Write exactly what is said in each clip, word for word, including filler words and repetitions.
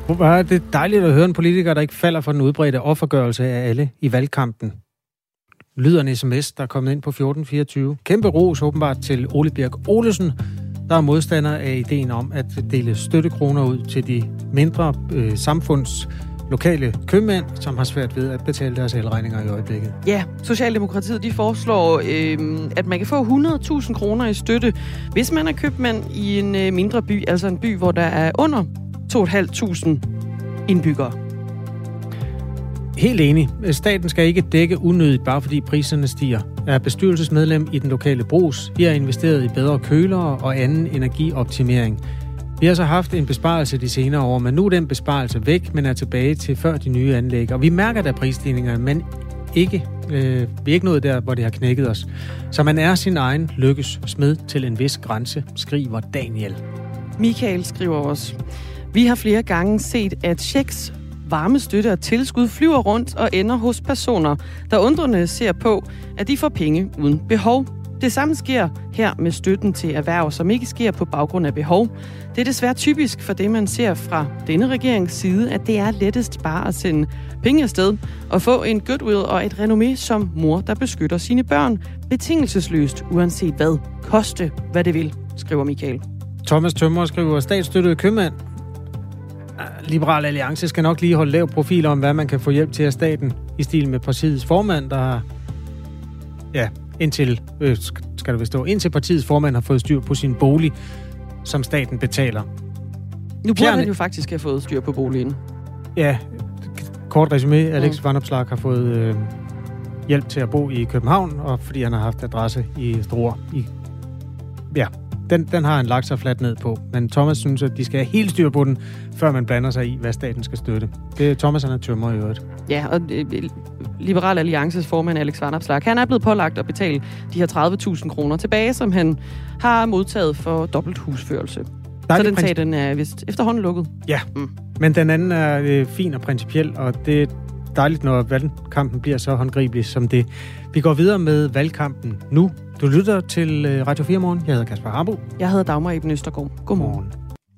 Hvor er det dejligt at høre en politiker, der ikke falder for den udbredte offergørelse af alle i valgkampen. Lyder en sms, der er kommet ind på fjorten fireogtyve. Kæmpe ros åbenbart til Ole Birk Olesen, der er modstander af ideen om at dele støttekroner ud til de mindre øh, samfunds lokale købmænd, som har svært ved at betale deres elregninger i øjeblikket. Ja, Socialdemokratiet de foreslår, øh, at man kan få hundrede tusind kroner i støtte, hvis man er købmand i en øh, mindre by, altså en by, hvor der er under to tusind fem hundrede indbyggere. Helt enig. Staten skal ikke dække unødigt, bare fordi priserne stiger. Jeg er bestyrelsesmedlem i den lokale Brugs. Vi har investeret i bedre kølere og anden energioptimering. Vi har så haft en besparelse de senere år, men nu er den besparelse væk, men er tilbage til før de nye anlæg. Og vi mærker der prisstigningerne, men ikke, øh, vi er ikke nået der, hvor det har knækket os. Så man er sin egen lykkes smed til en vis grænse, skriver Daniel. Michael skriver også: Vi har flere gange set, at checks, varmestøtte og tilskud flyver rundt og ender hos personer, der undrende ser på, at de får penge uden behov. Det samme sker her med støtten til erhverv, som ikke sker på baggrund af behov. Det er desværre typisk for det, man ser fra denne regerings side, at det er lettest bare at sende penge afsted og få en goodwill og et renommé som mor, der beskytter sine børn betingelsesløst, uanset hvad. Koste, hvad det vil, skriver Michael. Thomas Tømmer skriver: Statsstøttede købmand. Liberal Alliance skal nok lige holde lav profil om, hvad man kan få hjælp til af staten, i stil med partiets formand, der har, ja, indtil, øh, skal det bestå, indtil partiets formand har fået styr på sin bolig, som staten betaler. Nu burde han jo faktisk have fået styr på boligen. Ja, kort resumé. Alex mm. Vanopslagh har fået øh, hjælp til at bo i København, og fordi han har haft adresse i Struer. I, ja, den, den har han lagt sig fladt ned på. Men Thomas synes, at de skal have helt styr på den, før man blander sig i, hvad staten skal støtte. Det er Thomas, han er tømmer i øvrigt. Ja, og øh, Liberal Alliances formand Alex Vanopslagh, han er blevet pålagt at betale de her tredive tusind kroner tilbage, som han har modtaget for dobbelt husførelse. Så den sag, den er vist efterhånden lukket. Ja, mm. Men den anden er øh, fin og principiel, og det er dejligt, når valgkampen bliver så håndgribelig som det. Vi går videre med valgkampen nu. Du lytter til øh, Radio fire Morgen. Jeg hedder Kasper Harbo. Jeg hedder Dagmar Eben Østergaard. Godmorgen.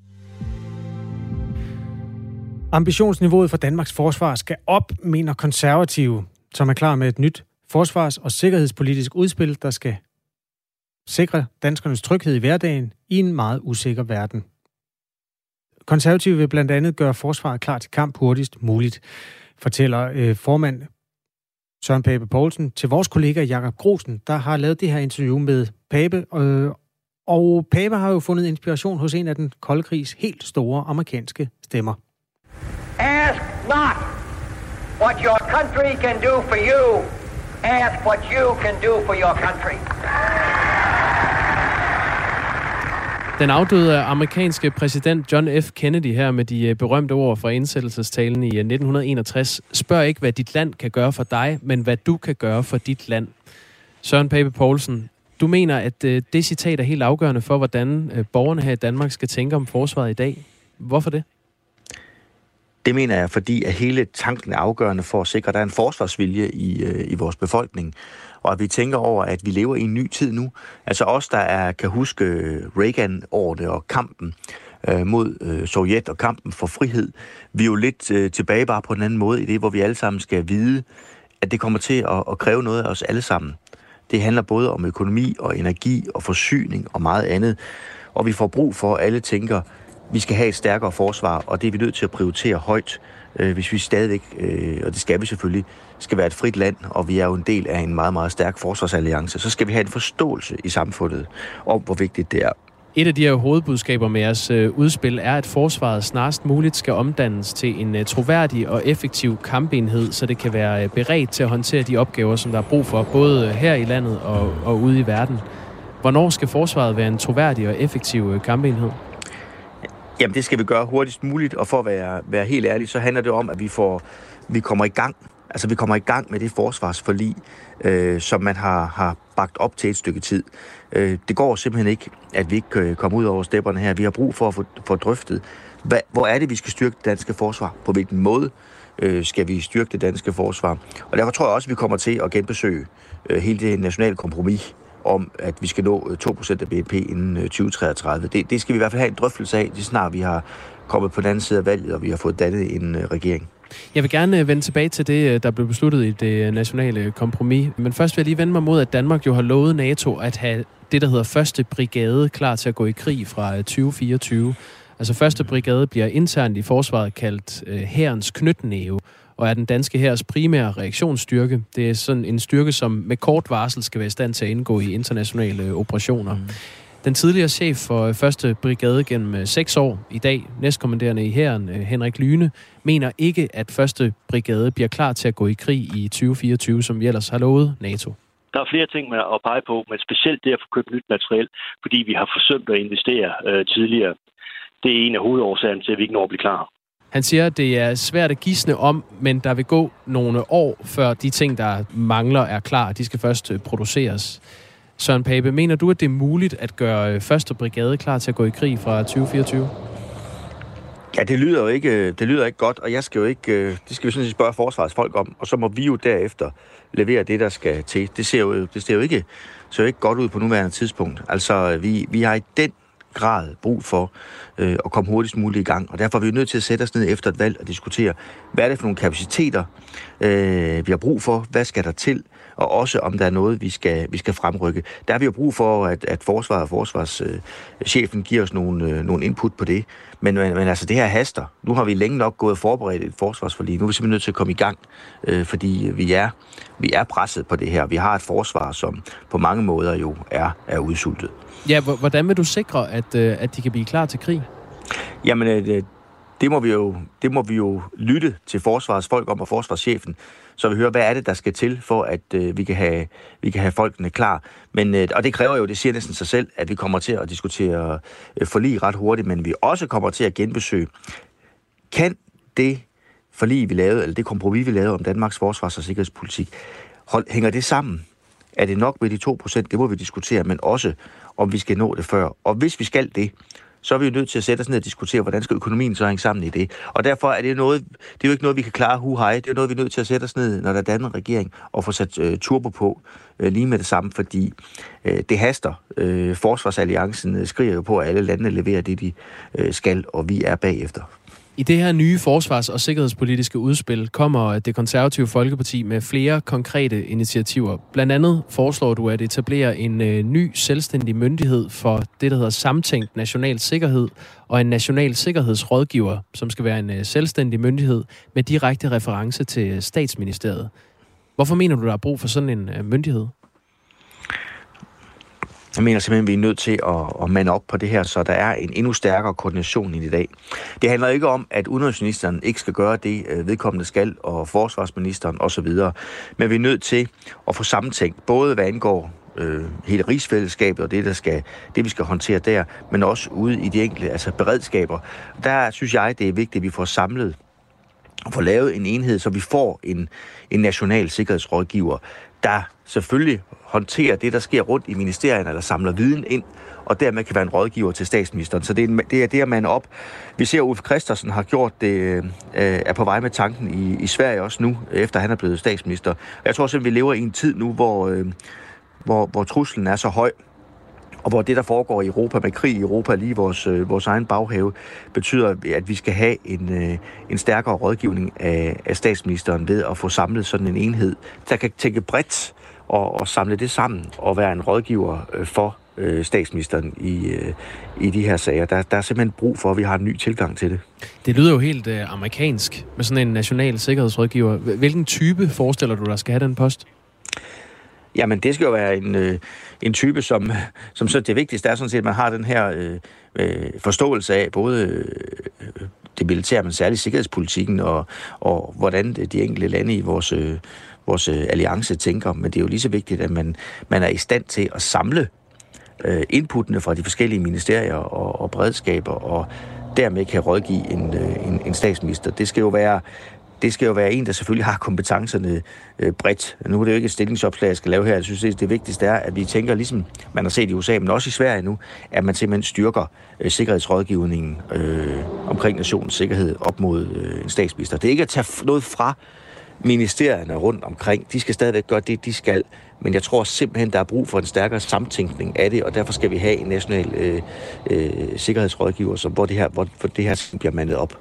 Ambitionsniveauet for Danmarks forsvar skal op, mener konservative, som er klar med et nyt forsvars- og sikkerhedspolitisk udspil, der skal sikre danskernes tryghed i hverdagen i en meget usikker verden. Konservative vil blandt andet gøre forsvaret klar til kamp hurtigst muligt, fortæller øh, formand Søren Pape Poulsen til vores kollega Jakob Grosen, der har lavet det her interview med Pape. Øh, og Pape har jo fundet inspiration hos en af den kolde krigs helt store amerikanske stemmer. Ask not what your country can do for you. Ask what you can do for your country. Den afdøde amerikanske præsident John F. Kennedy her med de berømte ord fra indsættelsestalen i nitten enogtres spørger ikke, hvad dit land kan gøre for dig, men hvad du kan gøre for dit land. Søren Pape Poulsen, du mener, at det citat er helt afgørende for, hvordan borgerne her i Danmark skal tænke om forsvaret i dag. Hvorfor det? Det mener jeg, fordi at hele tanken er afgørende for at sikre, at der er en forsvarsvilje i, i vores befolkning. Og at vi tænker over, at vi lever i en ny tid nu. Altså os, der er, kan huske Reagan-årene og kampen øh, mod øh, Sovjet og kampen for frihed. Vi er jo lidt øh, tilbage bare på en anden måde i det, hvor vi alle sammen skal vide, at det kommer til at, at kræve noget af os alle sammen. Det handler både om økonomi og energi og forsyning og meget andet. Og vi får brug for, at alle tænker, vi skal have et stærkere forsvar, og det er vi nødt til at prioritere højt, øh, hvis vi stadigvæk, øh, og det skal vi selvfølgelig, skal være et frit land, og vi er jo en del af en meget, meget stærk forsvarsalliance, så skal vi have en forståelse i samfundet om, hvor vigtigt det er. Et af de her hovedbudskaber med jeres øh, udspil er, at forsvaret snarest muligt skal omdannes til en øh, troværdig og effektiv kampenhed, så det kan være øh, beredt til at håndtere de opgaver, som der er brug for, både her i landet og, og ude i verden. Hvornår skal forsvaret være en troværdig og effektiv øh, kampenhed? Jamen, det skal vi gøre hurtigst muligt, og for at være, være helt ærlig, så handler det om, at vi får, vi kommer i gang. Altså, vi kommer i gang med det forsvarsforlig, øh, som man har, har bagt op til et stykke tid. Øh, det går simpelthen ikke, at vi ikke kan komme ud over stepperne her. Vi har brug for at få, få drøftet, hvad, hvor er det, vi skal styrke det danske forsvar? På hvilken måde øh, skal vi styrke det danske forsvar? Og derfor tror jeg også, at vi kommer til at genbesøge øh, hele det nationale kompromis, om, at vi skal nå to procent af B N P inden tyve treogtredive. Det, det skal vi i hvert fald have en drøftelse af, lige snart vi har kommet på den anden side af valget, og vi har fået dannet en uh, regering. Jeg vil gerne vende tilbage til det, der blev besluttet i det nationale kompromis. Men først vil jeg lige vende mig mod, at Danmark jo har lovet NATO at have det, der hedder første brigade, klar til at gå i krig fra tyve fireogtyve. Altså første brigade bliver internt i forsvaret kaldt øh, hærens knytnæve, og er den danske hærs primære reaktionsstyrke. Det er sådan en styrke, som med kort varsel skal være i stand til at indgå i internationale operationer. Mm. Den tidligere chef for første brigade gennem seks år, i dag næstkommanderende i hæren, Henrik Lyne, mener ikke, at første brigade bliver klar til at gå i krig i tyve fireogtyve, som vi ellers har lovet NATO. Der er flere ting med at pege på, men specielt det at få købt nyt materiel, fordi vi har forsømt at investere øh, tidligere. Det er en af hovedårsagerne til, at vi ikke når at blive klar. Han siger, at det er svært at gisne om, men der vil gå nogle år, før de ting, der mangler, er klar. De skal først produceres. Søren Pape, mener du, at det er muligt at gøre første brigade klar til at gå i krig fra tyve fireogtyve? Ja, det lyder jo ikke, det lyder ikke godt, og jeg skal jo ikke, det skal vi sådan set spørge forsvarets folk om, og så må vi jo derefter levere det, der skal til. Det ser jo, det ser jo ikke, ser jo ikke godt ud på nuværende tidspunkt. Altså, vi, vi har i den grad brug for øh, at komme hurtigst muligt i gang, og derfor er vi nødt til at sætte os ned efter et valg og diskutere, hvad er det for nogle kapaciteter, øh, vi har brug for, hvad skal der til, og også om der er noget, vi skal, vi skal fremrykke. Der har vi jo brug for, at, at forsvaret og forsvarschefen øh, giver os nogle, øh, nogle input på det, men, men, men altså det her haster. Nu har vi længe nok gået og forberedt et forsvarsforlig. Nu er vi simpelthen nødt til at komme i gang, øh, fordi vi er, vi er presset på det her. Vi har et forsvar, som på mange måder jo er, er udsultet. Ja, hvordan vil du sikre, at, at de kan blive klar til krig? Jamen, det må vi jo, det må vi jo lytte til forsvarets folk om og forsvarschefen, så vi hører, hvad er det, der skal til, for at øh, vi, kan have, vi kan have folkene klar. Men, øh, og det kræver jo, det siger næsten sig selv, at vi kommer til at diskutere øh, forlig ret hurtigt, men vi også kommer til at genbesøge, kan det forlig, vi lavede, eller det kompromis, vi lavede om Danmarks forsvars- og sikkerhedspolitik, hold, hænger det sammen? Er det nok med de to procent? Det må vi diskutere, men også om vi skal nå det før. Og hvis vi skal det, så er vi jo nødt til at sætte os ned og diskutere, hvordan skal økonomien så hænge sammen i det. Og derfor er det noget, det er jo ikke noget, vi kan klare hu hej. Det er noget, vi er nødt til at sætte os ned, når der er dannet en regering, og få sat uh, turbo på uh, lige med det samme, fordi uh, det haster. Uh, Forsvarsalliancen uh, skriger jo på, at alle landene leverer det, de uh, skal, og vi er bagefter. I det her nye forsvars- og sikkerhedspolitiske udspil kommer Det Konservative Folkeparti med flere konkrete initiativer. Blandt andet foreslår du at etablere en øh, ny selvstændig myndighed for det, der hedder Samtænkt National Sikkerhed, og en national sikkerhedsrådgiver, som skal være en øh, selvstændig myndighed med direkte reference til Statsministeriet. Hvorfor mener du, der er brug for sådan en øh, myndighed? Jeg mener simpelthen, at vi er nødt til at, at mande op på det her, så der er en endnu stærkere koordination end i dag. Det handler ikke om, at udenrigsministeren ikke skal gøre det, vedkommende skal, og forsvarsministeren osv., men vi er nødt til at få sammentænkt, både hvad angår øh, hele rigsfællesskabet og det, der skal, det, vi skal håndtere der, men også ude i de enkelte altså beredskaber. Der synes jeg, det er vigtigt, at vi får samlet og får lavet en enhed, så vi får en, en national sikkerhedsrådgiver, der selvfølgelig håndterer det, der sker rundt i ministerierne, eller samler viden ind, og dermed kan være en rådgiver til statsministeren. Så det er, det er det, at man op. Vi ser, at Ulf Christensen har gjort det, øh, er på vej med tanken i, i Sverige også nu, efter han er blevet statsminister. Jeg tror simpelthen, vi lever i en tid nu, hvor, øh, hvor, hvor truslen er så høj, og hvor det, der foregår i Europa med krig i Europa, lige vores, øh, vores egen baghave, betyder, at vi skal have en, øh, en stærkere rådgivning af, af statsministeren ved at få samlet sådan en enhed, der kan tænke bredt og, og samle det sammen og være en rådgiver øh, for øh, statsministeren i, øh, i de her sager. Der, der er simpelthen brug for, at vi har en ny tilgang til det. Det lyder jo helt øh, amerikansk med sådan en national sikkerhedsrådgiver. Hvilken type forestiller du, der skal have den post? Jamen, det skal jo være en, øh, en type, som, som så det vigtigste er sådan set, at man har den her øh, øh, forståelse af både øh, det militære, men særligt sikkerhedspolitikken, og, og hvordan de enkelte lande i vores, øh, vores øh, alliance tænker. Men det er jo lige så vigtigt, at man, man er i stand til at samle øh, inputtene fra de forskellige ministerier og, og beredskaber, og dermed kan rådgive en, øh, en, en statsminister. Det skal jo være Det skal jo være en, der selvfølgelig har kompetencerne øh, bredt. Nu er det jo ikke et stillingsopslag, jeg skal lave her. Jeg synes, det, det vigtigste er, at vi tænker, ligesom man har set i U S A, men også i Sverige nu, at man simpelthen styrker øh, sikkerhedsrådgivningen øh, omkring nationens sikkerhed op mod øh, en statsminister. Det er ikke at tage noget fra ministerierne rundt omkring, de skal stadigvæk gøre det, de skal. Men jeg tror simpelthen, der er brug for en stærkere samtænkning af det, og derfor skal vi have en national øh, øh, sikkerhedsrådgiver, som, hvor, det her, hvor det her bliver mandet op.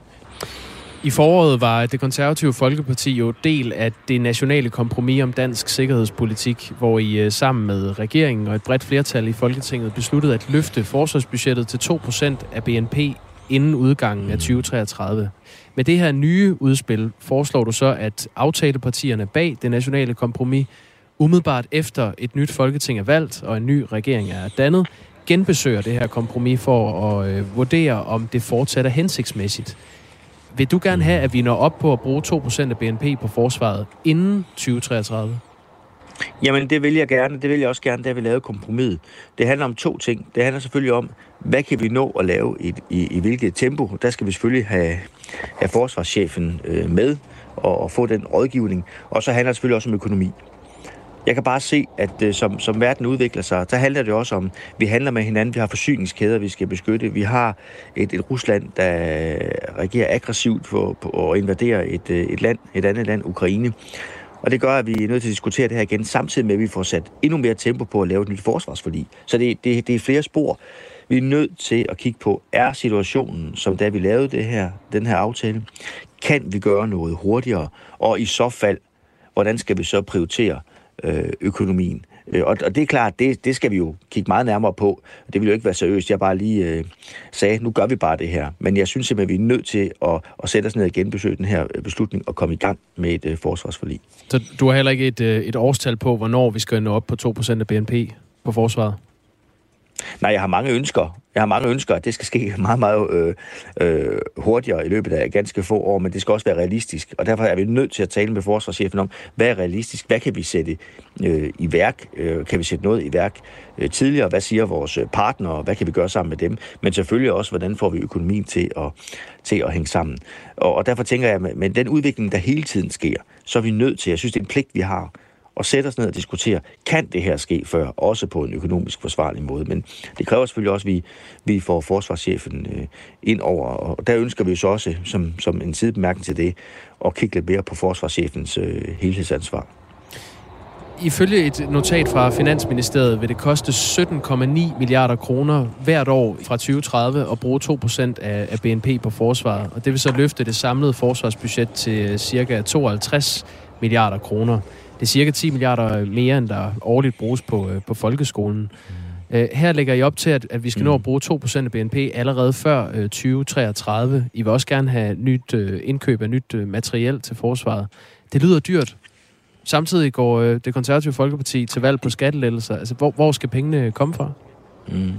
I foråret var Det Konservative Folkeparti jo del af det nationale kompromis om dansk sikkerhedspolitik, hvor I sammen med regeringen og et bredt flertal i Folketinget besluttede at løfte forsvarsbudgettet til to procent af B N P inden udgangen af tyve treogtredive. Med det her nye udspil foreslår du så, at aftalepartierne bag det nationale kompromis umiddelbart efter et nyt folketing er valgt og en ny regering er dannet, genbesøger det her kompromis for at øh, vurdere, om det fortsat er hensigtsmæssigt. Vil du gerne have, at vi når op på at bruge to procent af B N P på forsvaret inden tyve treogtredive? Jamen, det vil jeg gerne. Det vil jeg også gerne, da vi lavede kompromis. Det handler om to ting. Det handler selvfølgelig om, hvad kan vi nå at lave i, i, i hvilket tempo. Der skal vi selvfølgelig have, have forsvarschefen øh, med og, og få den rådgivning. Og så handler det selvfølgelig også om økonomi. Jeg kan bare se, at øh, som, som verden udvikler sig, der handler det også om, vi handler med hinanden, vi har forsyningskæder, vi skal beskytte. Vi har et, et Rusland, der reagerer aggressivt på, på at invadere et, et land, et andet land, Ukraine. Og det gør, at vi er nødt til at diskutere det her igen, samtidig med, at vi får sat endnu mere tempo på at lave et nyt forsvarsforlig. Så det, det, det er flere spor. Vi er nødt til at kigge på, er situationen, som da vi lavede det her, den her aftale, kan vi gøre noget hurtigere? Og i så fald, hvordan skal vi så prioritere økonomien? Og, og det er klart, det, det skal vi jo kigge meget nærmere på. Det vil jo ikke være seriøst. Jeg bare lige øh, sagde, nu gør vi bare det her. Men jeg synes simpelthen, at vi er nødt til at, at sætte os ned og genbesøge den her beslutning og komme i gang med et øh, forsvarsforlig. Så du har heller ikke et, øh, et årstal på, hvornår vi skal nå op på to procent af B N P på forsvaret? Nej, jeg har mange ønsker. Jeg har mange ønsker, at det skal ske meget, meget øh, øh, hurtigere i løbet af ganske få år, men det skal også være realistisk. Og derfor er vi nødt til at tale med forsvarschefen om, hvad er realistisk? Hvad kan vi sætte øh, i værk? Øh, kan vi sætte noget i værk øh, tidligere? Hvad siger vores partnere? Hvad kan vi gøre sammen med dem? Men selvfølgelig også, hvordan får vi økonomien til at, til at hænge sammen? Og, og derfor tænker jeg, at med den udvikling, der hele tiden sker, så er vi nødt til, jeg synes, det er en pligt, vi har, og sætte os ned og diskutere, kan det her ske før, også på en økonomisk forsvarlig måde. Men det kræver selvfølgelig også, at vi, vi får forsvarschefen øh, ind over, og der ønsker vi jo så også, som, som en sidebemærkning til det, at kigge lidt mere på forsvarschefens øh, helhedsansvar. Ifølge et notat fra Finansministeriet vil det koste sytten komma ni milliarder kroner hvert år fra tyve tredive at bruge to procent af, af B N P på forsvaret, og det vil så løfte det samlede forsvarsbudget til ca. tooghalvtreds milliarder kroner. Det er cirka ti milliarder mere, end der årligt bruges på, på folkeskolen. Mm. Her lægger I op til, at, at vi skal nå at bruge to procent af B N P allerede før tyve treogtredive. I vil også gerne have nyt indkøb af nyt materiel til forsvaret. Det lyder dyrt. Samtidig går Det Konservative Folkeparti til valg på skattelettelser. Altså, hvor, hvor skal pengene komme fra? Mm.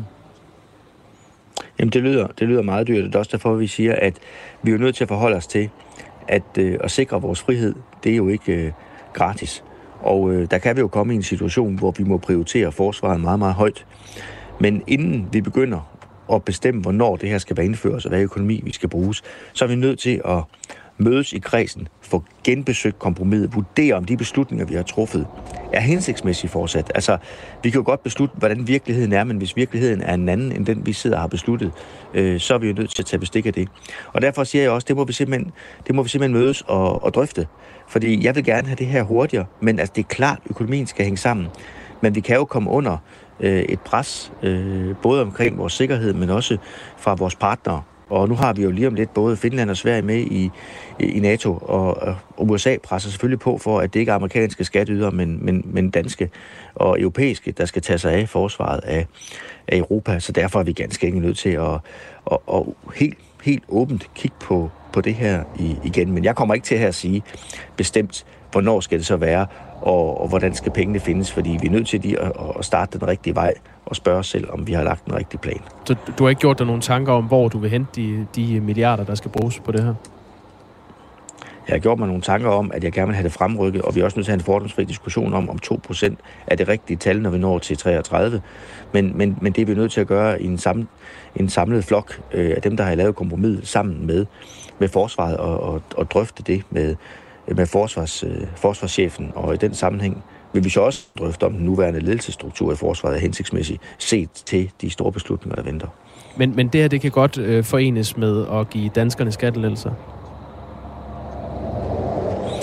Jamen, det lyder, det lyder meget dyrt. Det er også derfor, vi siger, at vi er nødt til at forholde os til, at øh, at sikre vores frihed, det er jo ikke øh, gratis. Og øh, der kan vi jo komme i en situation, hvor vi må prioritere forsvaret meget, meget højt. Men inden vi begynder at bestemme, hvornår det her skal være indført, og hvad økonomi vi skal bruges, så er vi nødt til at mødes i kredsen, få genbesøgt kompromiset, vurdere om de beslutninger, vi har truffet, er hensigtsmæssigt fortsat. Altså, vi kan jo godt beslutte, hvordan virkeligheden er, men hvis virkeligheden er en anden, end den vi sidder og har besluttet, øh, så er vi jo nødt til at tage bestik af det. Og derfor siger jeg også, det må vi simpelthen, det må vi simpelthen mødes og, og drøfte. Fordi jeg vil gerne have det her hurtigere, men altså, det er klart, at økonomien skal hænge sammen. Men vi kan jo komme under øh, et pres, øh, både omkring vores sikkerhed, men også fra vores partnere. Og nu har vi jo lige om lidt både Finland og Sverige med i, i NATO, og, og U S A presser selvfølgelig på for, at det ikke er amerikanske skatteydere, men, men, men danske og europæiske, der skal tage sig af forsvaret af, af Europa. Så derfor er vi ganske enkelt nødt til at, at, at helt, helt åbent kigge på, på det her i, igen. Men jeg kommer ikke til her at sige bestemt, hvornår skal det så være, og, og hvordan skal pengene findes, fordi vi er nødt til lige at, at starte den rigtige vej og spørge os selv, om vi har lagt den rigtige plan. Så du har ikke gjort dig nogle tanker om, hvor du vil hente de, de milliarder, der skal bruges på det her? Jeg har gjort mig nogle tanker om, at jeg gerne vil have det fremrykket, og vi er også nødt til at have en fordomsfri diskussion om, om to procent er det rigtige tal, når vi når til treogtredive. Men, men, men det er vi nødt til at gøre i en, sam, en samlet flok øh, af dem, der har lavet kompromis sammen med, med forsvaret, og, og, og drøfte det med, med forsvars, øh, forsvarschefen, og i den sammenhæng vil vi så også drøfte, om den nuværende ledelsesstruktur i forsvaret er hensigtsmæssig set til de store beslutninger, der venter. Men, men det her, det kan godt øh, forenes med at give danskerne skattelettelser?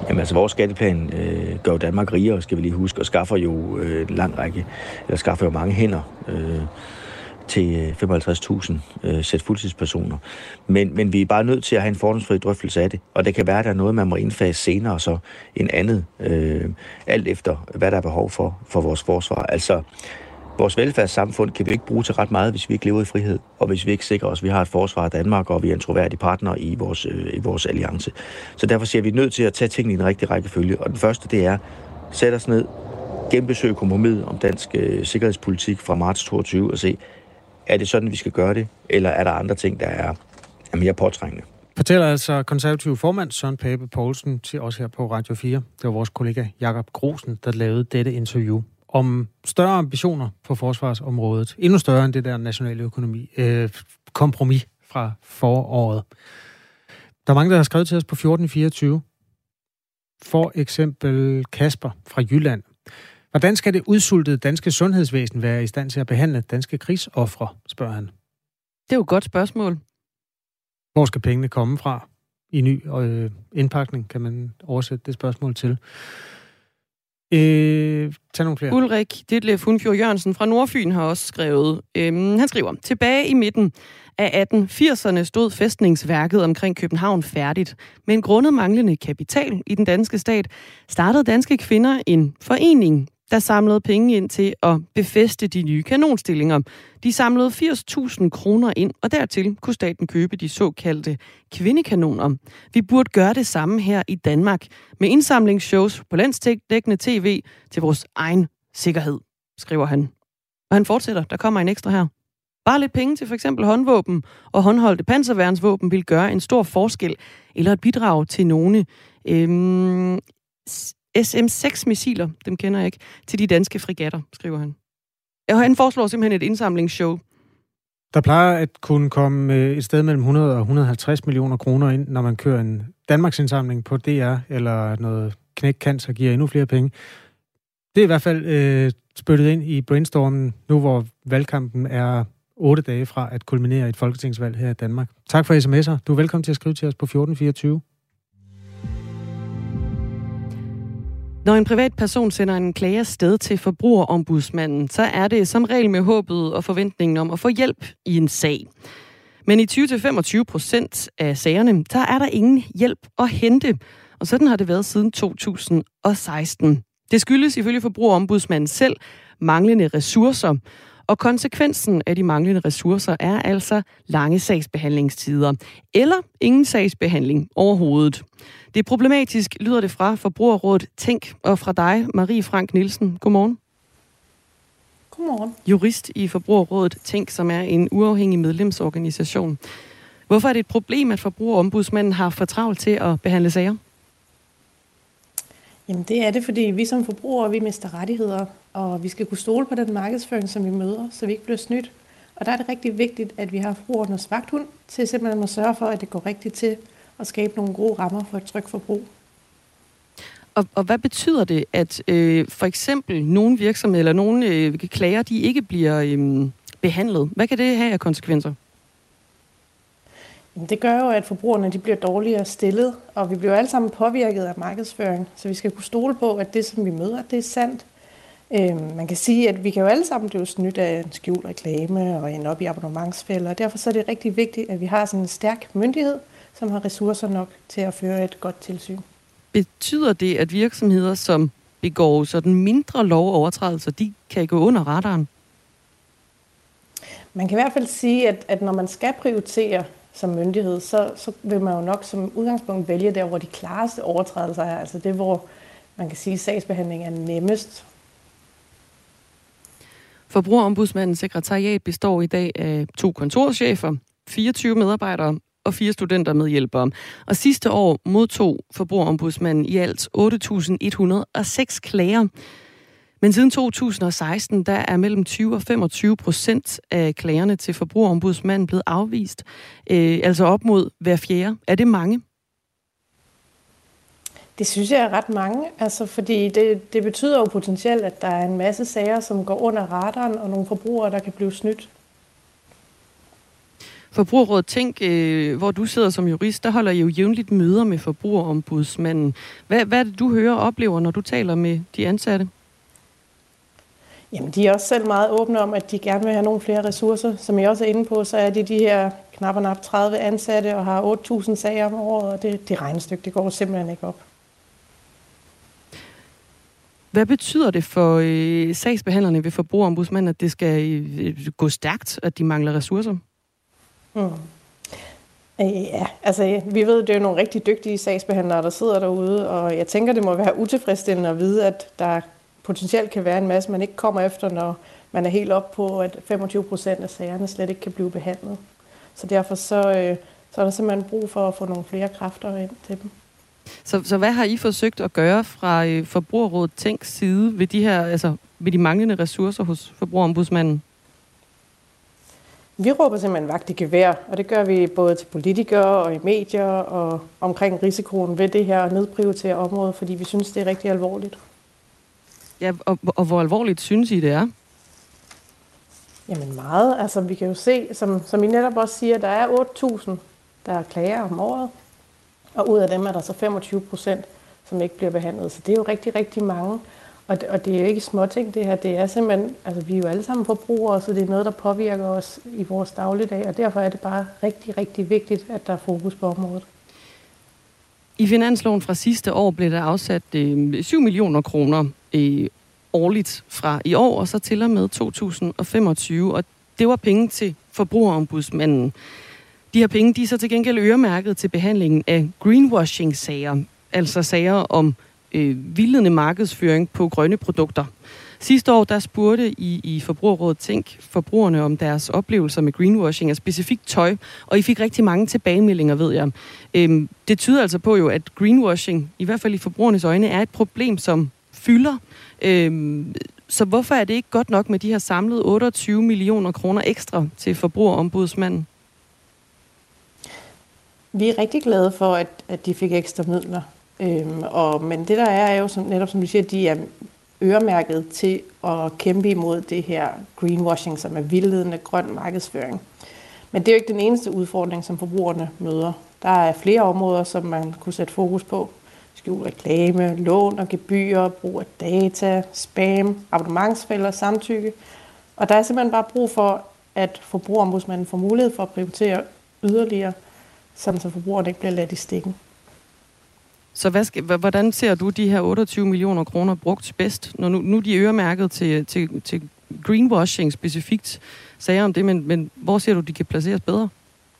Jamen altså, vores skatteplan øh, gør jo Danmark rigere, skal vi lige huske, og skaffer jo øh, en lang række, eller skaffer jo mange hænder øh, til femoghalvtreds tusind øh, sæt fuldtidspersoner. Men, men vi er bare nødt til at have en fordomsfri drøftelse af det, og det kan være, at der er noget, man må indfase senere, så en andet, øh, alt efter, hvad der er behov for, for vores forsvar. Altså, vores velfærdssamfund kan vi ikke bruge til ret meget, hvis vi ikke lever i frihed, og hvis vi ikke sikrer os, at vi har et forsvar af Danmark, og vi er en troværdig partner i vores, øh, i vores alliance. Så derfor siger vi, at vi er nødt til at tage tingene i den rigtige rækkefølge. Og den første, det er, sæt os ned, genbesøg kompromiset om dansk øh, sikkerhedspolitik fra marts toogtyve, og se, er det sådan, vi skal gøre det, eller er der andre ting, der er, er mere påtrængende? Fortæller altså konservativ formand Søren Pape Poulsen til os her på Radio fire. Det var vores kollega Jakob Grosen, der lavede dette interview om større ambitioner på forsvarsområdet. Endnu større end det der nationale økonomi, øh, kompromis fra foråret. Der er mange, der har skrevet til os på fjorten fireogtyve. For eksempel Kasper fra Jylland. Hvordan skal det udsultede danske sundhedsvæsen være i stand til at behandle danske krigsofre, spørger han. Det er jo et godt spørgsmål. Hvor skal pengene komme fra? I ny øh, indpakning kan man oversætte det spørgsmål til. Øh, tag nogle flere. Ulrik Ditlev Hundfjord Jørgensen fra Nordfyn har også skrevet. Øhm, han skriver, tilbage i midten af atten firserne stod fæstningsværket omkring København færdigt. Men grundet manglende kapital i den danske stat, startede danske kvinder en forening, der samlede penge ind til at befæste de nye kanonstillinger. De samlede firs tusind kroner ind, og dertil kunne staten købe de såkaldte kvindekanoner. Vi burde gøre det samme her i Danmark, med indsamlingsshows på landsdækkende tv til vores egen sikkerhed, skriver han. Og han fortsætter, der kommer en ekstra her. Bare lidt penge til for eksempel håndvåben og håndholdte panserværnsvåben vil gøre en stor forskel, eller et bidrag til nogle øhm, S M seks missiler, dem kender jeg ikke, til de danske fregatter, skriver han. Og han foreslår simpelthen et indsamlingsshow. Der plejer at kunne komme et sted mellem hundrede og et hundrede og halvtreds millioner kroner ind, når man kører en Danmarks indsamling på D R, eller noget knæk cancer giver endnu flere penge. Det er i hvert fald øh, spyttet ind i brainstormen, nu hvor valgkampen er otte dage fra at kulminere et folketingsvalg her i Danmark. Tak for sms'er. Du er velkommen til at skrive til os på fjorten fireogtyve. Når en privat person sender en klage afsted til forbrugerombudsmanden, så er det som regel med håbet og forventningen om at få hjælp i en sag. Men i tyve til femogtyve procent af sagerne, der er der ingen hjælp at hente, og sådan har det været siden to tusind og seksten. Det skyldes ifølge forbrugerombudsmanden selv manglende ressourcer, og konsekvensen af de manglende ressourcer er altså lange sagsbehandlingstider, eller ingen sagsbehandling overhovedet. Det er problematisk, lyder det fra Forbrugerrådet Tænk, og fra dig, Marie Frank Nielsen. Godmorgen. Godmorgen. Jurist i Forbrugerrådet Tænk, som er en uafhængig medlemsorganisation. Hvorfor er det et problem, at Forbrugerombudsmanden har for travlt til at behandle sager? Jamen det er det, fordi vi som forbrugere, vi mister rettigheder, og vi skal kunne stole på den markedsføring, som vi møder, så vi ikke bliver snydt. Og der er det rigtig vigtigt, at vi har forbrugernes vagthund til simpelthen at sørge for, at det går rigtigt til at skabe nogle gode rammer for et trygt forbrug. Og, og hvad betyder det, at øh, for eksempel nogle virksomheder eller nogle øh, klager, de ikke bliver øh, behandlet? Hvad kan det have af konsekvenser? Jamen, det gør jo, at forbrugerne de bliver dårligere stillet, og vi bliver alle sammen påvirket af markedsføring. Så vi skal kunne stole på, at det, som vi møder, det er sandt. Øh, man kan sige, at vi kan jo alle sammen blive snydt af en skjult reklame og ende op i abonnementsfælder. Derfor så er det rigtig vigtigt, at vi har sådan en stærk myndighed, som har ressourcer nok til at føre et godt tilsyn. Betyder det, at virksomheder, som begår sådan mindre lovovertrædelser, de kan gå under radaren? Man kan i hvert fald sige, at, at når man skal prioritere som myndighed, så, så vil man jo nok som udgangspunkt vælge der, hvor de klareste overtrædelser er. Altså det, hvor man kan sige, at sagsbehandling er nemmest. Forbrugerombudsmandens sekretariat består i dag af to kontorchefer, fireogtyve medarbejdere og fire studenter med hjælpere. Og sidste år modtog Forbrugerombudsmanden i alt otte tusind et hundrede og seks klager. Men siden to tusind og seksten, der er mellem tyve og femogtyve procent af klagerne til Forbrugerombudsmanden blevet afvist. Øh, altså op mod hver fjerde. Er det mange? Det synes jeg er ret mange, altså fordi det, det betyder jo potentielt, at der er en masse sager, som går under radaren, og nogle forbrugere, der kan blive snydt. Forbrugerrådet Tænk, øh, hvor du sidder som jurist, der holder I jo jævnligt møder med forbrugerombudsmanden. Hvad, hvad er det, du hører og oplever, når du taler med de ansatte? Jamen, de er også selv meget åbne om, at de gerne vil have nogle flere ressourcer. Som jeg også er inde på, så er de de her knap og nap tredive ansatte og har otte tusind sager om året, og det, det regnestykke, det går simpelthen ikke op. Hvad betyder det for øh, sagsbehandlerne ved forbrugerombudsmanden, at det skal øh, gå stærkt, at de mangler ressourcer? Hmm. Ja, altså vi ved, det er jo nogle rigtig dygtige sagsbehandlere, der sidder derude, og jeg tænker, det må være utilfredsstillende at vide, at der potentielt kan være en masse, man ikke kommer efter, når man er helt op på, at femogtyve procent af sagerne slet ikke kan blive behandlet. Så derfor så, øh, så er der simpelthen brug for at få nogle flere kræfter ind til dem. Så, så hvad har I forsøgt at gøre fra øh, Forbrugerrådet Tænks side ved de her, altså ved de manglende ressourcer hos forbrugerombudsmanden? Vi råber simpelthen vagt i gevær, og det gør vi både til politikere og i medier og omkring risikoen ved det her nedprioritere område, fordi vi synes, det er rigtig alvorligt. Ja, og, og hvor alvorligt synes I, det er? Jamen meget. Altså vi kan jo se, som, som I netop også siger, der er otte tusind, der klager om året, og ud af dem er der så femogtyve procent, som ikke bliver behandlet. Så det er jo rigtig, rigtig mange. Og det, og det er jo ikke småting, det her. Det er simpelthen, altså vi er jo alle sammen forbrugere, så det er noget, der påvirker os i vores dagligdag, og derfor er det bare rigtig, rigtig vigtigt, at der er fokus på området. I finansloven fra sidste år blev der afsat øh, syv millioner kroner øh, årligt fra i år, og så til og med to tusind femogtyve, og det var penge til forbrugerombudsmanden. De her penge, de er så til gengæld øremærket til behandlingen af greenwashing-sager, altså sager om øh, vildledende markedsføring på grønne produkter. Sidste år, der spurgte I i Forbrugerrådet Tænk forbrugerne om deres oplevelser med greenwashing af specifikt tøj, og I fik rigtig mange tilbagemeldinger, ved jeg. Øhm, det tyder altså på jo, at greenwashing, i hvert fald i forbrugernes øjne, er et problem, som fylder. Øhm, så hvorfor er det ikke godt nok med de her samlede otteogtyve millioner kroner ekstra til forbrugerombudsmanden? Vi er rigtig glade for, at, at de fik ekstra midler. Øhm, og, men det der er, er jo som, netop som du siger, de er øremærket til at kæmpe imod det her greenwashing, som er vildledende grøn markedsføring. Men det er jo ikke den eneste udfordring, som forbrugerne møder. Der er flere områder, som man kunne sætte fokus på. Skjult reklame, lån og gebyrer, brug af data, spam, abonnementsfælder, samtykke. Og der er simpelthen bare brug for, at forbrugerombudsmanden får mulighed for at prioritere yderligere, sådan så forbrugerne ikke bliver ladt i stikken. Så hvad skal, hvordan ser du de her otteogtyve millioner kroner brugt bedst, når nu, nu de er øremærket til, til, til greenwashing specifikt, sager om det, men, men hvor ser du, de kan placeres bedre?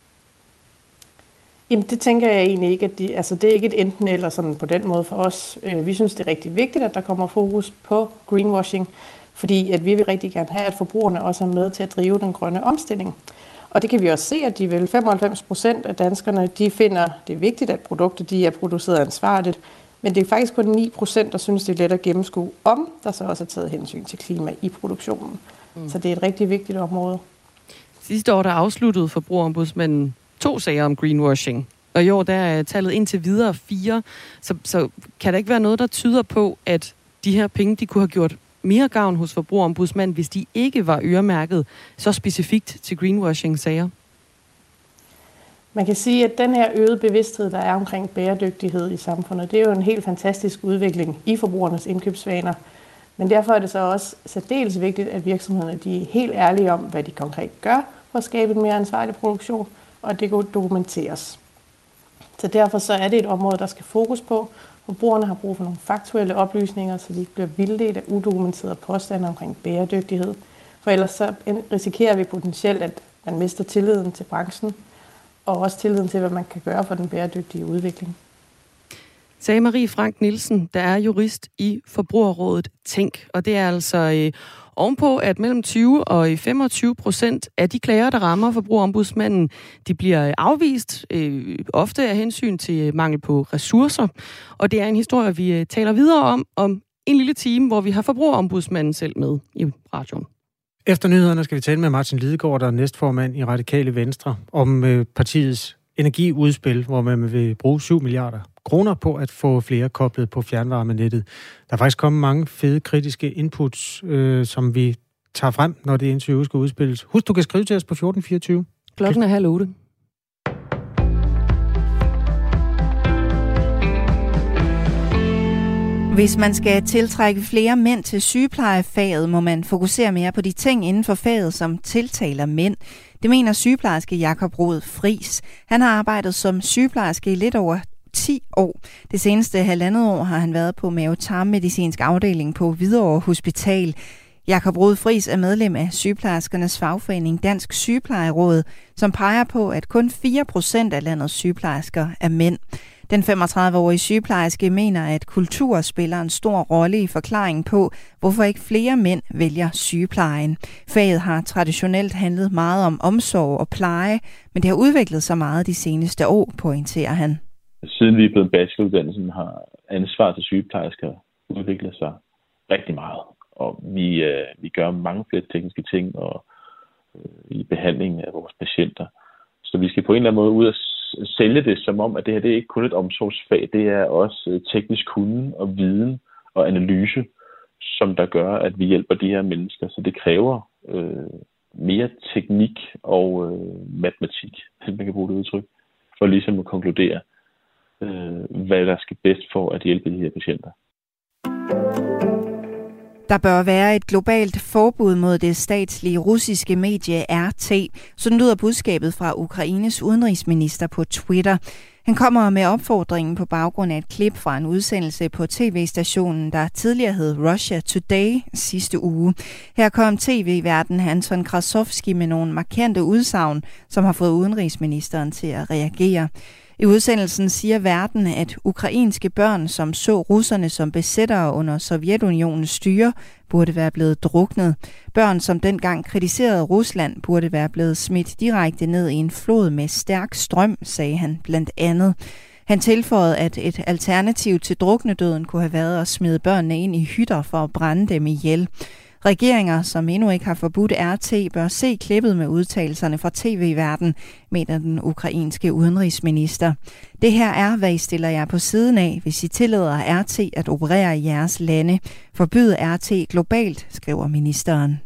Jamen det tænker jeg egentlig ikke, at de, altså det er ikke et enten eller sådan på den måde for os. Vi synes, det er rigtig vigtigt, at der kommer fokus på greenwashing, fordi at vi vil rigtig gerne have, at forbrugerne også er med til at drive den grønne omstilling. Og det kan vi også se, at de vel femoghalvfems procent af danskerne, de finder det er vigtigt, at produkter de er produceret ansvarligt. Men det er faktisk kun ni procent, der synes, det er let at gennemskue, om der så også er taget hensyn til klima i produktionen. Mm. Så det er et rigtig vigtigt område. Sidste år, der afsluttede forbrugerombudsmanden to sager om greenwashing. Og i år, der er tallet indtil videre fire. Så, så kan der ikke være noget, der tyder på, at de her penge, de kunne have gjort mere gavn hos forbrugerombudsmanden, hvis de ikke var øremærket så specifikt til greenwashing-sager? Man kan sige, at den her øgede bevidsthed, der er omkring bæredygtighed i samfundet, det er jo en helt fantastisk udvikling i forbrugernes indkøbsvaner. Men derfor er det så også særdeles vigtigt, at virksomhederne de er helt ærlige om, hvad de konkret gør for at skabe en mere ansvarlig produktion, og at det kan dokumenteres. Så derfor så er det et område, der skal fokus på. Forbrugerne har brug for nogle faktuelle oplysninger, så de ikke bliver vildledt af udokumenterede påstande omkring bæredygtighed. For ellers så risikerer vi potentielt, at man mister tilliden til branchen, og også tilliden til, hvad man kan gøre for den bæredygtige udvikling. Sagde Marie Frank Nielsen, der er jurist i Forbrugerrådet Tænk, og det er altså øh, ovenpå, at mellem tyve og femogtyve procent af de klager, der rammer forbrugerombudsmanden, de bliver afvist, øh, ofte af hensyn til mangel på ressourcer. Og det er en historie, vi øh, taler videre om, om en lille time, hvor vi har forbrugerombudsmanden selv med i radioen. Efter nyhederne skal vi tale med Martin Lidegaard, der er næstformand i Radikale Venstre, om øh, partiets energiudspil, hvor man vil bruge syv milliarder kroner på at få flere koblet på fjernvarmenettet. Der er faktisk kommet mange fede kritiske inputs, øh, som vi tager frem, når det interview skal udspilles. Husk, du kan skrive til os på fjorten fireogtyve. Klokken er halv otte. Hvis man skal tiltrække flere mænd til sygeplejefaget, må man fokusere mere på de ting inden for faget, som tiltaler mænd. Det mener sygeplejerske Jakob Rod Friis. Han har arbejdet som sygeplejerske i lidt over ti år. Det seneste halvandet år har han været på mave-tarm-medicinsk afdeling på Hvidovre Hospital. Jakob Rod Friis er medlem af sygeplejerskernes fagforening Dansk Sygeplejeråd, som peger på, at kun fire procent af landets sygeplejersker er mænd. Den femogtredive-årige sygeplejerske mener, at kultur spiller en stor rolle i forklaringen på, hvorfor ikke flere mænd vælger sygeplejen. Faget har traditionelt handlet meget om omsorg og pleje, men det har udviklet sig meget de seneste år, pointerer han. Siden vi er blevet bacheloruddannelsen, har ansvar til sygeplejersker udviklet sig rigtig meget. Og vi, øh, vi gør mange flere tekniske ting og, øh, i behandlingen af vores patienter. Så vi skal på en eller anden måde ud og sælge det som om, at det her det er ikke kun et omsorgsfag. Det er også teknisk kunde og viden og analyse, som der gør, at vi hjælper de her mennesker. Så det kræver øh, mere teknik og øh, matematik, hvis man kan bruge det udtryk, for ligesom at konkludere, øh, hvad der skal bedst for at hjælpe de her patienter. Der bør være et globalt forbud mod det statslige russiske medie R T. Sådan lyder budskabet fra Ukraines udenrigsminister på Twitter. Han kommer med opfordringen på baggrund af et klip fra en udsendelse på tv-stationen, der tidligere hed Russia Today sidste uge. Her kom tv-værten Anton Krasovski med nogle markante udsagn, som har fået udenrigsministeren til at reagere. I udsendelsen siger værten, at ukrainske børn, som så russerne som besættere under Sovjetunionens styre, burde være blevet druknet. Børn, som dengang kritiserede Rusland, burde være blevet smidt direkte ned i en flod med stærk strøm, sagde han blandt andet. Han tilføjede, at et alternativ til druknedøden kunne have været at smide børnene ind i hytter for at brænde dem ihjel. Regeringer, som endnu ikke har forbudt R T, bør se klippet med udtalelserne fra tv-verden, mener den ukrainske udenrigsminister. Det her er, hvad I stiller jer på siden af, hvis I tillader R T at operere i jeres lande. Forbyd R T globalt, skriver ministeren.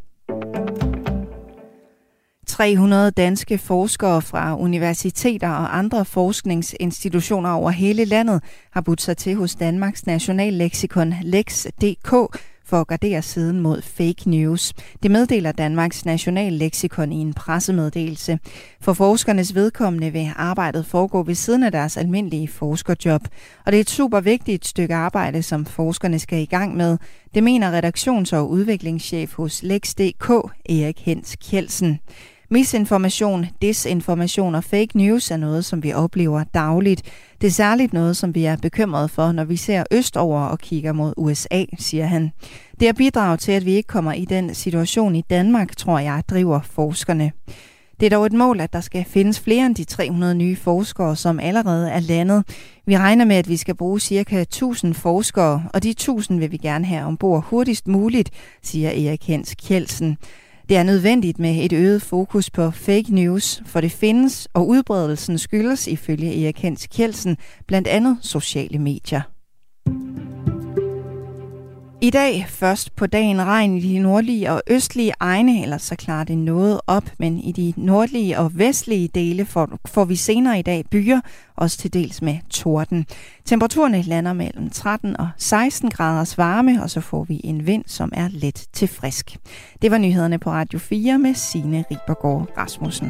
tre hundrede danske forskere fra universiteter og andre forskningsinstitutioner over hele landet har budt sig til hos Danmarks nationalleksikon Lex punktum d k for at gardere siden mod fake news. Det meddeler Danmarks nationalleksikon i en pressemeddelelse. For forskernes vedkommende vil arbejdet foregå ved siden af deres almindelige forskerjob. Og det er et super vigtigt stykke arbejde, som forskerne skal i gang med. Det mener redaktions- og udviklingschef hos Lex punktum d k, Erik Hens Kjeldsen. Misinformation, desinformation og fake news er noget, som vi oplever dagligt. Det er særligt noget, som vi er bekymrede for, når vi ser østover og kigger mod U S A, siger han. Det er bidrag til, at vi ikke kommer i den situation i Danmark, tror jeg, driver forskerne. Det er dog et mål, at der skal findes flere end de tre hundrede nye forskere, som allerede er landet. Vi regner med, at vi skal bruge ca. tusind forskere, og de tusind vil vi gerne have ombord hurtigst muligt, siger Erik Hens Kjeldsen. Det er nødvendigt med et øget fokus på fake news, for det findes, og udbredelsen skyldes ifølge Erik Hens Kjeldsen blandt andet sociale medier. I dag først på dagen regn i de nordlige og østlige egne, ellers så klarer det noget op, men i de nordlige og vestlige dele får, får vi senere i dag byer, også til dels med torden. Temperaturerne lander mellem tretten og seksten graders varme, og så får vi en vind, som er let til frisk. Det var nyhederne på Radio fire med Signe Ribergaard Rasmussen.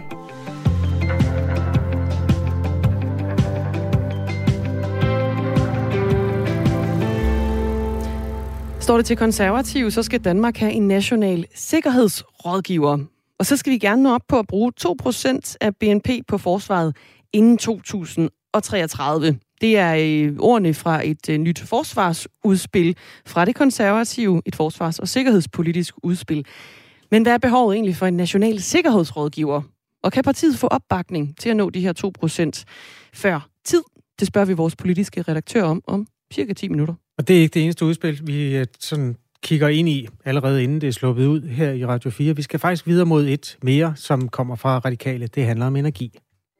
Står det til konservative, så skal Danmark have en national sikkerhedsrådgiver. Og så skal vi gerne nå op på at bruge to procent af B N P på forsvaret inden to tusind og treogtredive. Det er øh, ordene fra et øh, nyt forsvarsudspil fra det konservative, et forsvars- og sikkerhedspolitisk udspil. Men hvad er behovet egentlig for en national sikkerhedsrådgiver? Og kan partiet få opbakning til at nå de her to procent før tid? Det spørger vi vores politiske redaktør om om cirka ti minutter. Og det er ikke det eneste udspil, vi sådan kigger ind i, allerede inden det er sluppet ud her i Radio fire. Vi skal faktisk videre mod et mere, som kommer fra Radikale. Det handler om energi.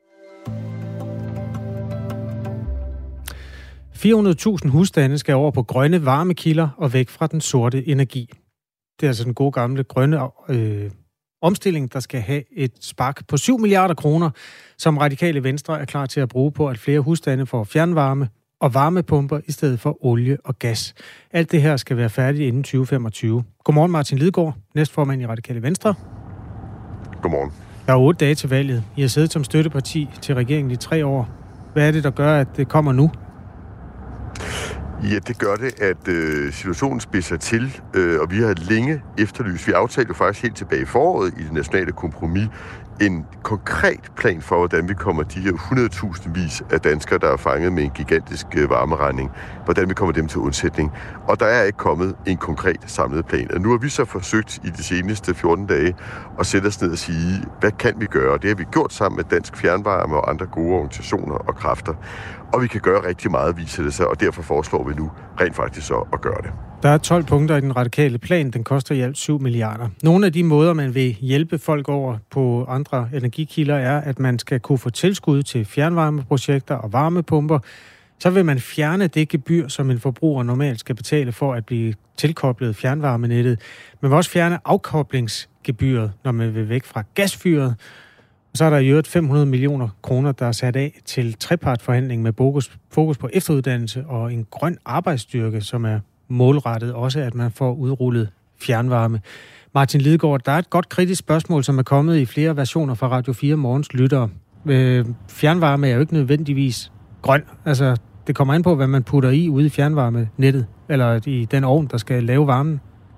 fire hundrede tusind husstande skal over på grønne varmekilder og væk fra den sorte energi. Det er altså den gode gamle grønne øh, omstilling, der skal have et spark på syv milliarder kroner, som Radikale Venstre er klar til at bruge på, at flere husstande får fjernvarme og varmepumper i stedet for olie og gas. Alt det her skal være færdigt inden tyve femogtyve. Godmorgen Martin Lidegaard, næstformand i Radikale Venstre. Godmorgen. Der er otte dage til valget. I har siddet som støtteparti til regeringen i tre år. Hvad er det, der gør, at det kommer nu? Ja, det gør det, at øh, situationen spidser til, øh, og vi har længe efterlyst. Vi aftalte jo faktisk helt tilbage i foråret i det nationale kompromis en konkret plan for, hvordan vi kommer de her hundredtusindvis af danskere, der er fanget med en gigantisk øh, varmeregning, hvordan vi kommer dem til undsætning. Og der er ikke kommet en konkret samlet plan. Og nu har vi så forsøgt i de seneste fjorten dage at sætte os ned og sige, hvad kan vi gøre? Det har vi gjort sammen med Dansk Fjernvarme og andre gode organisationer og kræfter. Og vi kan gøre rigtig meget, viser det sig, og derfor foreslår vi nu rent faktisk så at gøre det. Der er tolv punkter i den radikale plan. Den koster i alt syv milliarder. Nogle af de måder, man vil hjælpe folk over på andre energikilder, er, at man skal kunne få tilskud til fjernvarmeprojekter og varmepumper. Så vil man fjerne det gebyr, som en forbruger normalt skal betale for at blive tilkoblet fjernvarmenettet. Man vil også fjerne afkoblingsgebyret, når man vil væk fra gasfyret. Og så er der i øvrigt fem hundrede millioner kroner, der er sat af til trepartforhandling med fokus, fokus på efteruddannelse og en grøn arbejdsstyrke, som er målrettet også, at man får udrullet fjernvarme. Martin Lidegaard, der er et godt kritisk spørgsmål, som er kommet i flere versioner fra Radio fire Morgens lyttere. Øh, fjernvarme er jo ikke nødvendigvis grøn. Altså, det kommer an på, hvad man putter i ude i fjernvarmenettet, eller i den ovn, der skal lave varmen.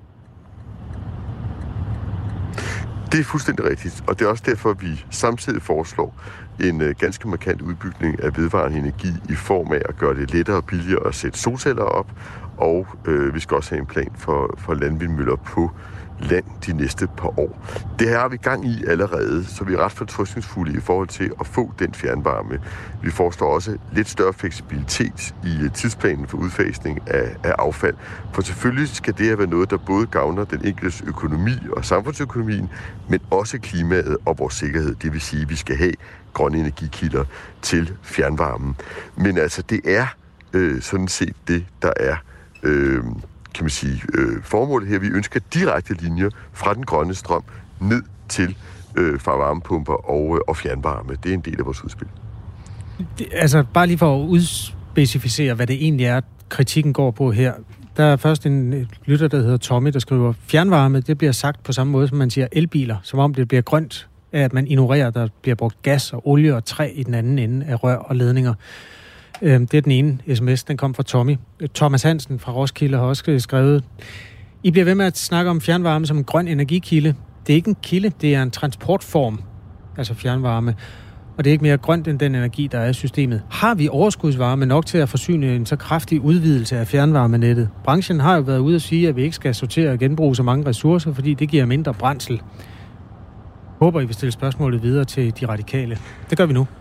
Det er fuldstændig rigtigt, og det er også derfor, vi samtidig foreslår en øh, ganske markant udbygning af vedvarende energi i form af at gøre det lettere og billigere at sætte solceller op, og øh, vi skal også have en plan for, for landvindmøller på land de næste par år. Det her har vi gang i allerede, så vi er ret fortrøstningsfulde i forhold til at få den fjernvarme. Vi foreslår også lidt større fleksibilitet i tidsplanen for udfasning af, af affald, for selvfølgelig skal det her være noget, der både gavner den enkeltes økonomi og samfundsøkonomien, men også klimaet og vores sikkerhed. Det vil sige, at vi skal have grønne energikilder til fjernvarmen. Men altså, det er øh, sådan set det, der er øh, kan man sige, øh, formålet her. Vi ønsker direkte linjer fra den grønne strøm ned til øh, fra varmepumper og, øh, og fjernvarme. Det er en del af vores udspil. Det, altså, bare lige for at udspecificere, hvad det egentlig er, kritikken går på her. Der er først en lytter, der hedder Tommy, der skriver, fjernvarme, det bliver sagt på samme måde, som man siger elbiler, som om det bliver grønt, af at man ignorerer, der bliver brugt gas og olie og træ i den anden ende af rør og ledninger. Det er den ene sms, den kom fra Tommy. Thomas Hansen fra Roskilde har også skrevet, I bliver ved med at snakke om fjernvarme som en grøn energikilde. Det er ikke en kilde, det er en transportform, altså fjernvarme. Og det er ikke mere grønt end den energi, der er i systemet. Har vi overskudsvarme nok til at forsyne en så kraftig udvidelse af fjernvarmenettet? Branchen har jo været ude at sige, at vi ikke skal sortere og genbruge så mange ressourcer, fordi det giver mindre brændsel. Håber, I vil stille spørgsmålet videre til de radikale. Det gør vi nu.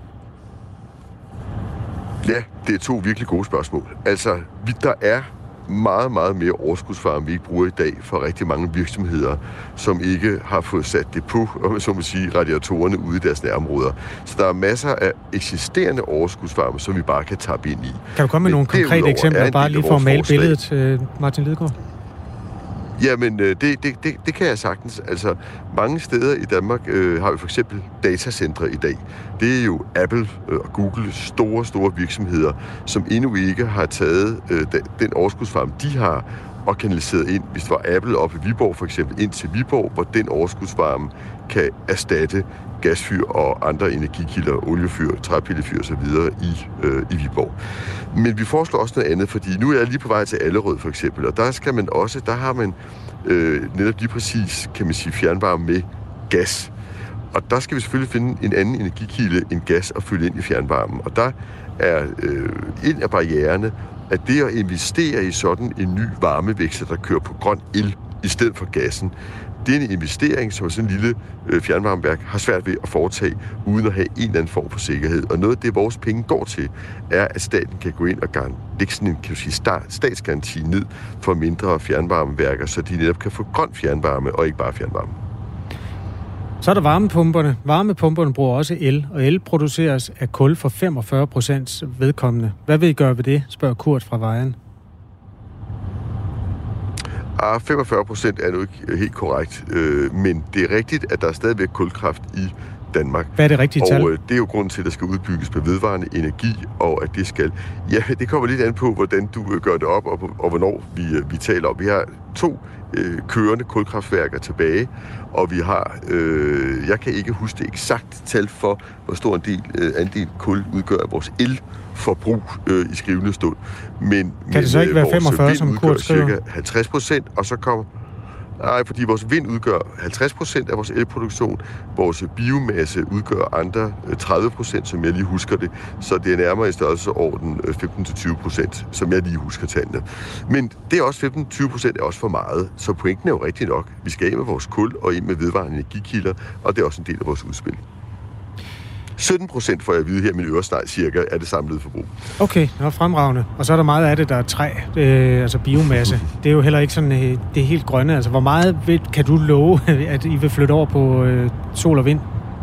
Ja, det er to virkelig gode spørgsmål. Altså, der er meget, meget mere overskudsvarme, vi ikke bruger i dag for rigtig mange virksomheder, som ikke har fået sat det på, og så må sige, radiatorerne ude i deres nærområder. Så der er masser af eksisterende overskudsvarme, som vi bare kan tappe ind i. Kan du komme med nogle konkrete eksempler, bare lige for at male billedet, Martin Lidegaard? Jamen, det, det, det, det kan jeg sagtens. Altså, mange steder i Danmark øh, har vi for eksempel datacentre i dag. Det er jo Apple og Google, store, store virksomheder, som endnu ikke har taget øh, den overskudsvarme, de har, og kanaliseret ind, hvis det var Apple oppe i Viborg for eksempel, ind til Viborg, hvor den overskudsvarme kan erstatte gasfyr og andre energikilder, oliefyr, træpillefyr osv. i, øh, i Viborg. Men vi foreslår også noget andet, fordi nu er jeg lige på vej til Allerød for eksempel, og der skal man også, der har man øh, netop lige præcis, kan man sige, fjernvarme med gas. Og der skal vi selvfølgelig finde en anden energikilde end gas og fylde ind i fjernvarmen. Og der er øh, en af barriererne, at det at investere i sådan en ny varmeveksler, der kører på grøn el i stedet for gassen, det er en investering, som sådan en lille øh, fjernvarmeværk har svært ved at foretage, uden at have en eller anden form for sikkerhed. Og noget af det, vores penge går til, er, at staten kan gå ind og lægge sådan en, kan du sige, start, statsgaranti ned for mindre fjernvarmeværker, så de netop kan få grøn fjernvarme, og ikke bare fjernvarme. Så er der varmepumperne. Varmepumperne bruger også el, og el produceres af kul for femogfyrre procent vedkommende. Hvad vil I gøre ved det, spørger Kurt fra Vejen. Ah, femogfyrre procent er nu ikke helt korrekt, øh, men det er rigtigt, at der er stadigvæk kulkraft i Danmark. Hvad er det rigtige tal? Og øh, det er jo grunden til, at der skal udbygges med vedvarende energi, og at det skal... Ja, det kommer lidt an på, hvordan du øh, gør det op, og, og hvornår vi, øh, vi taler om. Vi har to øh, kørende kulkraftværker tilbage, og vi har... Øh, jeg kan ikke huske det eksakte tal for, hvor stor en del, øh, andel kul udgør af vores elforbrug øh, i skrivende stund. Men, kan det så ikke øh, være femogfyrre, som Kurt skriver? Cirka halvtreds procent, og så kommer... Nej, fordi vores vind udgør halvtreds procent af vores elproduktion. Vores biomasse udgør andre tredive procent, som jeg lige husker det. Så det er nærmere i størrelseorden femten til tyve procent, som jeg lige husker tallene. Men det er også femten til tyve procent er også for meget. Så pointen er jo rigtig nok. Vi skal ind med vores kul og ind med vedvarende energikilder, og det er også en del af vores udspil. sytten procent får jeg at vide her i min øresnegl cirka er det samlede forbrug. Okay, det var fremragende. Og så er der meget af det, der er træ, øh, altså biomasse. Det er jo heller ikke sådan, øh, det er helt grønne. Altså, hvor meget ved, kan du love, at I vil flytte over på øh, sol og vind?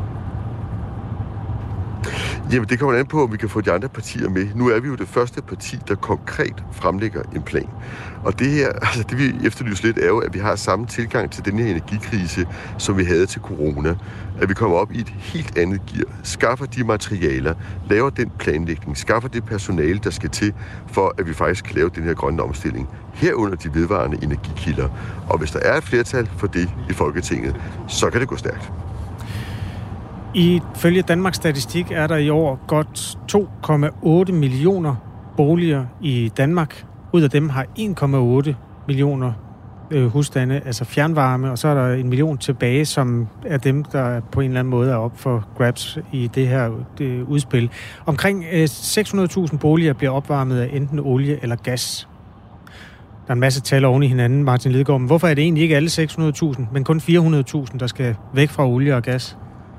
Jamen, det kommer an på, om vi kan få de andre partier med. Nu er vi jo det første parti, der konkret fremlægger en plan. Og det her, altså det vi efterlyser lidt, er jo, at vi har samme tilgang til den her energikrise, som vi havde til corona. At vi kommer op i et helt andet gear, skaffer de materialer, laver den planlægning, skaffer det personale, der skal til, for at vi faktisk kan lave den her grønne omstilling. Herunder de vedvarende energikilder. Og hvis der er et flertal for det i Folketinget, så kan det gå stærkt. Ifølge Danmarks Statistik er der i år godt to komma otte millioner boliger i Danmark. Ud af dem har en komma otte millioner øh, husstande, altså fjernvarme, og så er der en million tilbage, som er dem, der på en eller anden måde er op for grabs i det her det udspil. Omkring øh, seks hundrede tusind boliger bliver opvarmet af enten olie eller gas. Der er en masse tal oven i hinanden, Martin Lidegaard. Men hvorfor er det egentlig ikke alle seks hundrede tusind, men kun fire hundrede tusind, der skal væk fra olie og gas?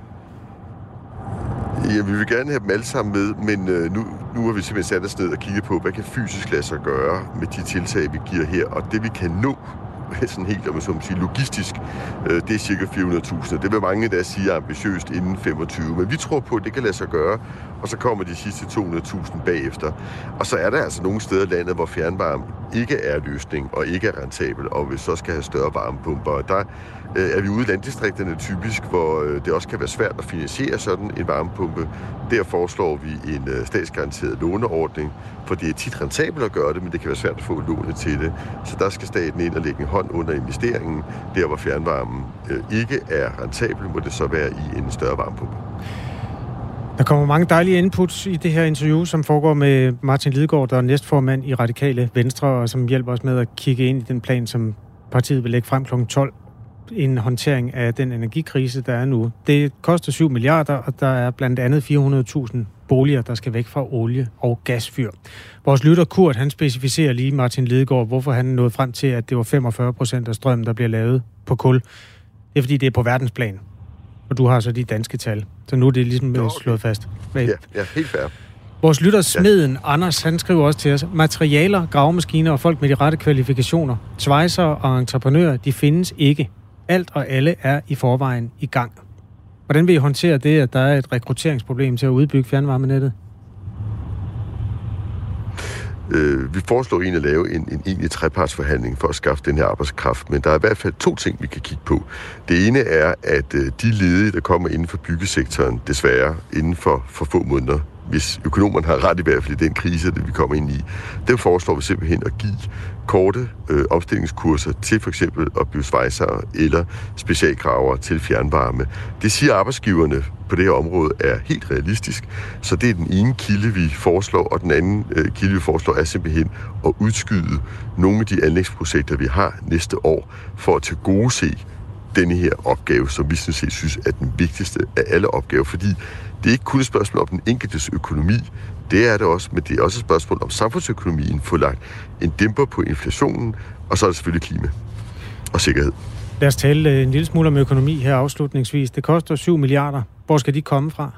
Ja, vi vil gerne have dem alle sammen med, men øh, nu, nu har vi simpelthen sat os ned og kigget på, hvad kan fysisk lade sig gøre med de tiltag, vi giver her, og det vi kan nå, sådan helt, om man så må sige, logistisk, øh, det er cirka fire hundrede tusind. Det vil mange, der siger ambitiøst inden femogtyve, men vi tror på, at det kan lade sig gøre, og så kommer de sidste to hundrede tusind bagefter. Og så er der altså nogle steder i landet, hvor fjernvarme ikke er løsning og ikke er rentabel, og vi så skal have større varmepumper. Og der øh, er vi ude i landdistrikterne typisk, hvor øh, det også kan være svært at finansiere sådan en varmepumpe. Der foreslår vi en øh, statsgaranteret låneordning, for det er tit rentabelt at gøre det, men det kan være svært at få lånet til det. Så der skal staten ind og lægge en hånd under investeringen. Der, hvor fjernvarmen øh, ikke er rentabel, må det så være i en større varmepumpe. Der kommer mange dejlige inputs i det her interview, som foregår med Martin Lidegaard, der er næstformand i Radikale Venstre, og som hjælper os med at kigge ind i den plan, som partiet vil lægge frem klokken tolv. En håndtering af den energikrise, der er nu. Det koster syv milliarder, og der er blandt andet fire hundrede tusind boliger, der skal væk fra olie- og gasfyr. Vores lytter Kurt, han specificerer lige Martin Lidegaard, hvorfor han nåede frem til, at det var femogfyrre procent af strømmen, der bliver lavet på kul. Det er fordi, det er på verdensplan. Og du har så de danske tal. Så nu er det ligesom okay. slået fast. Ja, ja, helt fair. Vores lytter Smeden, ja. Anders, han skriver også til os, materialer, gravemaskiner og folk med de rette kvalifikationer, svejser og entreprenører, de findes ikke. Alt og alle er i forvejen i gang. Hvordan vil I håndtere det, at der er et rekrutteringsproblem til at udbygge fjernvarmenettet? Øh, vi foreslår egentlig at lave en, en egentlig trepartsforhandling for at skaffe den her arbejdskraft, men der er i hvert fald to ting, vi kan kigge på. Det ene er, at øh, de ledige, der kommer inden for byggesektoren, desværre inden for, for få måneder, hvis økonomerne har ret i hvert fald i den krise, det vi kommer ind i, dem foreslår vi simpelthen at give korte øh, omstillingskurser til for eksempel at blive svejsere eller specialgravere til fjernvarme. Det siger arbejdsgiverne på det her område er helt realistisk, så det er den ene kilde, vi foreslår, og den anden øh, kilde, vi foreslår, er simpelthen at udskyde nogle af de anlægsprojekter, vi har næste år, for at tilgodese denne her opgave, som vi sådan set synes er den vigtigste af alle opgaver, fordi det er ikke kun et spørgsmål om den enkeltes økonomi, det er det også, men det er også et spørgsmål om samfundsøkonomien, få lagt en dæmper på inflationen, og så er det selvfølgelig klima og sikkerhed. Lad os tale en lille smule om økonomi her afslutningsvis. Det koster syv milliarder. Hvor skal de komme fra?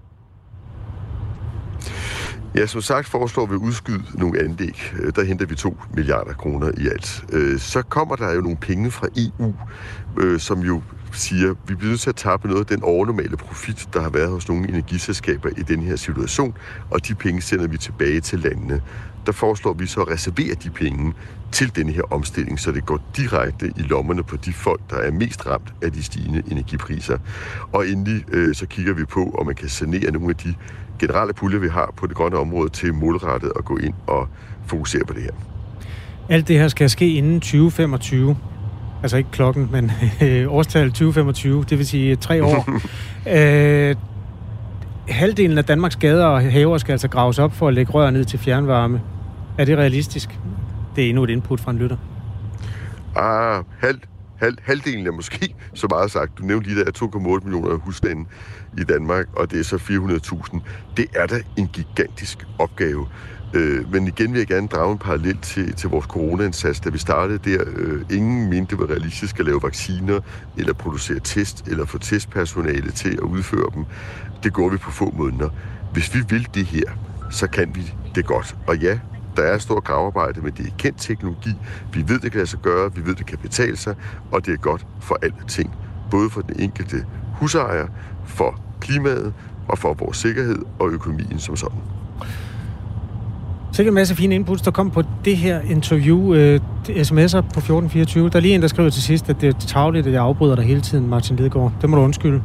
Ja, som sagt foreslår vi at udskyde nogle anlæg. Der henter vi to milliarder kroner i alt. Så kommer der jo nogle penge fra E U, som jo siger, vi bliver nødt til at tappe noget af den overnormale profit, der har været hos nogle energiselskaber i den her situation, og de penge sender vi tilbage til landene. Der foreslår vi så at reservere de penge til denne her omstilling, så det går direkte i lommerne på de folk, der er mest ramt af de stigende energipriser. Og endelig øh, så kigger vi på, om man kan sanere nogle af de generelle puljer, vi har på det grønne område, til målrettet at gå ind og fokusere på det her. Alt det her skal ske inden tyve femogtyve. Altså ikke klokken, men øh, årstallet tyve femogtyve, det vil sige tre år. øh, halvdelen af Danmarks gader og haver skal altså graves op for at lægge rør ned til fjernvarme. Er det realistisk? Det er endnu et input fra en lytter. Ah, halv, halv, halvdelen er måske så meget sagt. Du nævnte lige der to komma otte millioner husstande i Danmark, og det er så fire hundrede tusind. Det er da en gigantisk opgave. Øh, men igen vil jeg gerne drage en parallel til, til vores coronaindsats. Da vi startede der, øh, ingen mente det var realistisk at lave vacciner, eller producere test, eller få testpersonale til at udføre dem. Det går vi på få måneder. Hvis vi vil det her, så kan vi det godt. Og ja, der er et stort gravearbejde, men det er kendt teknologi. Vi ved, det kan lade sig gøre, vi ved, det kan betale sig, og det er godt for alle ting. Både for den enkelte husejer, for klimaet, og for vores sikkerhed og økonomien som sådan. Sikkert en masse fine inputs, der kom på det her interview. Øh, sms'er på fjorten fireogtyve. Der er lige en, der skriver til sidst, at det er tarveligt, at jeg afbryder dig hele tiden, Martin Lidegaard. Det må du undskylde.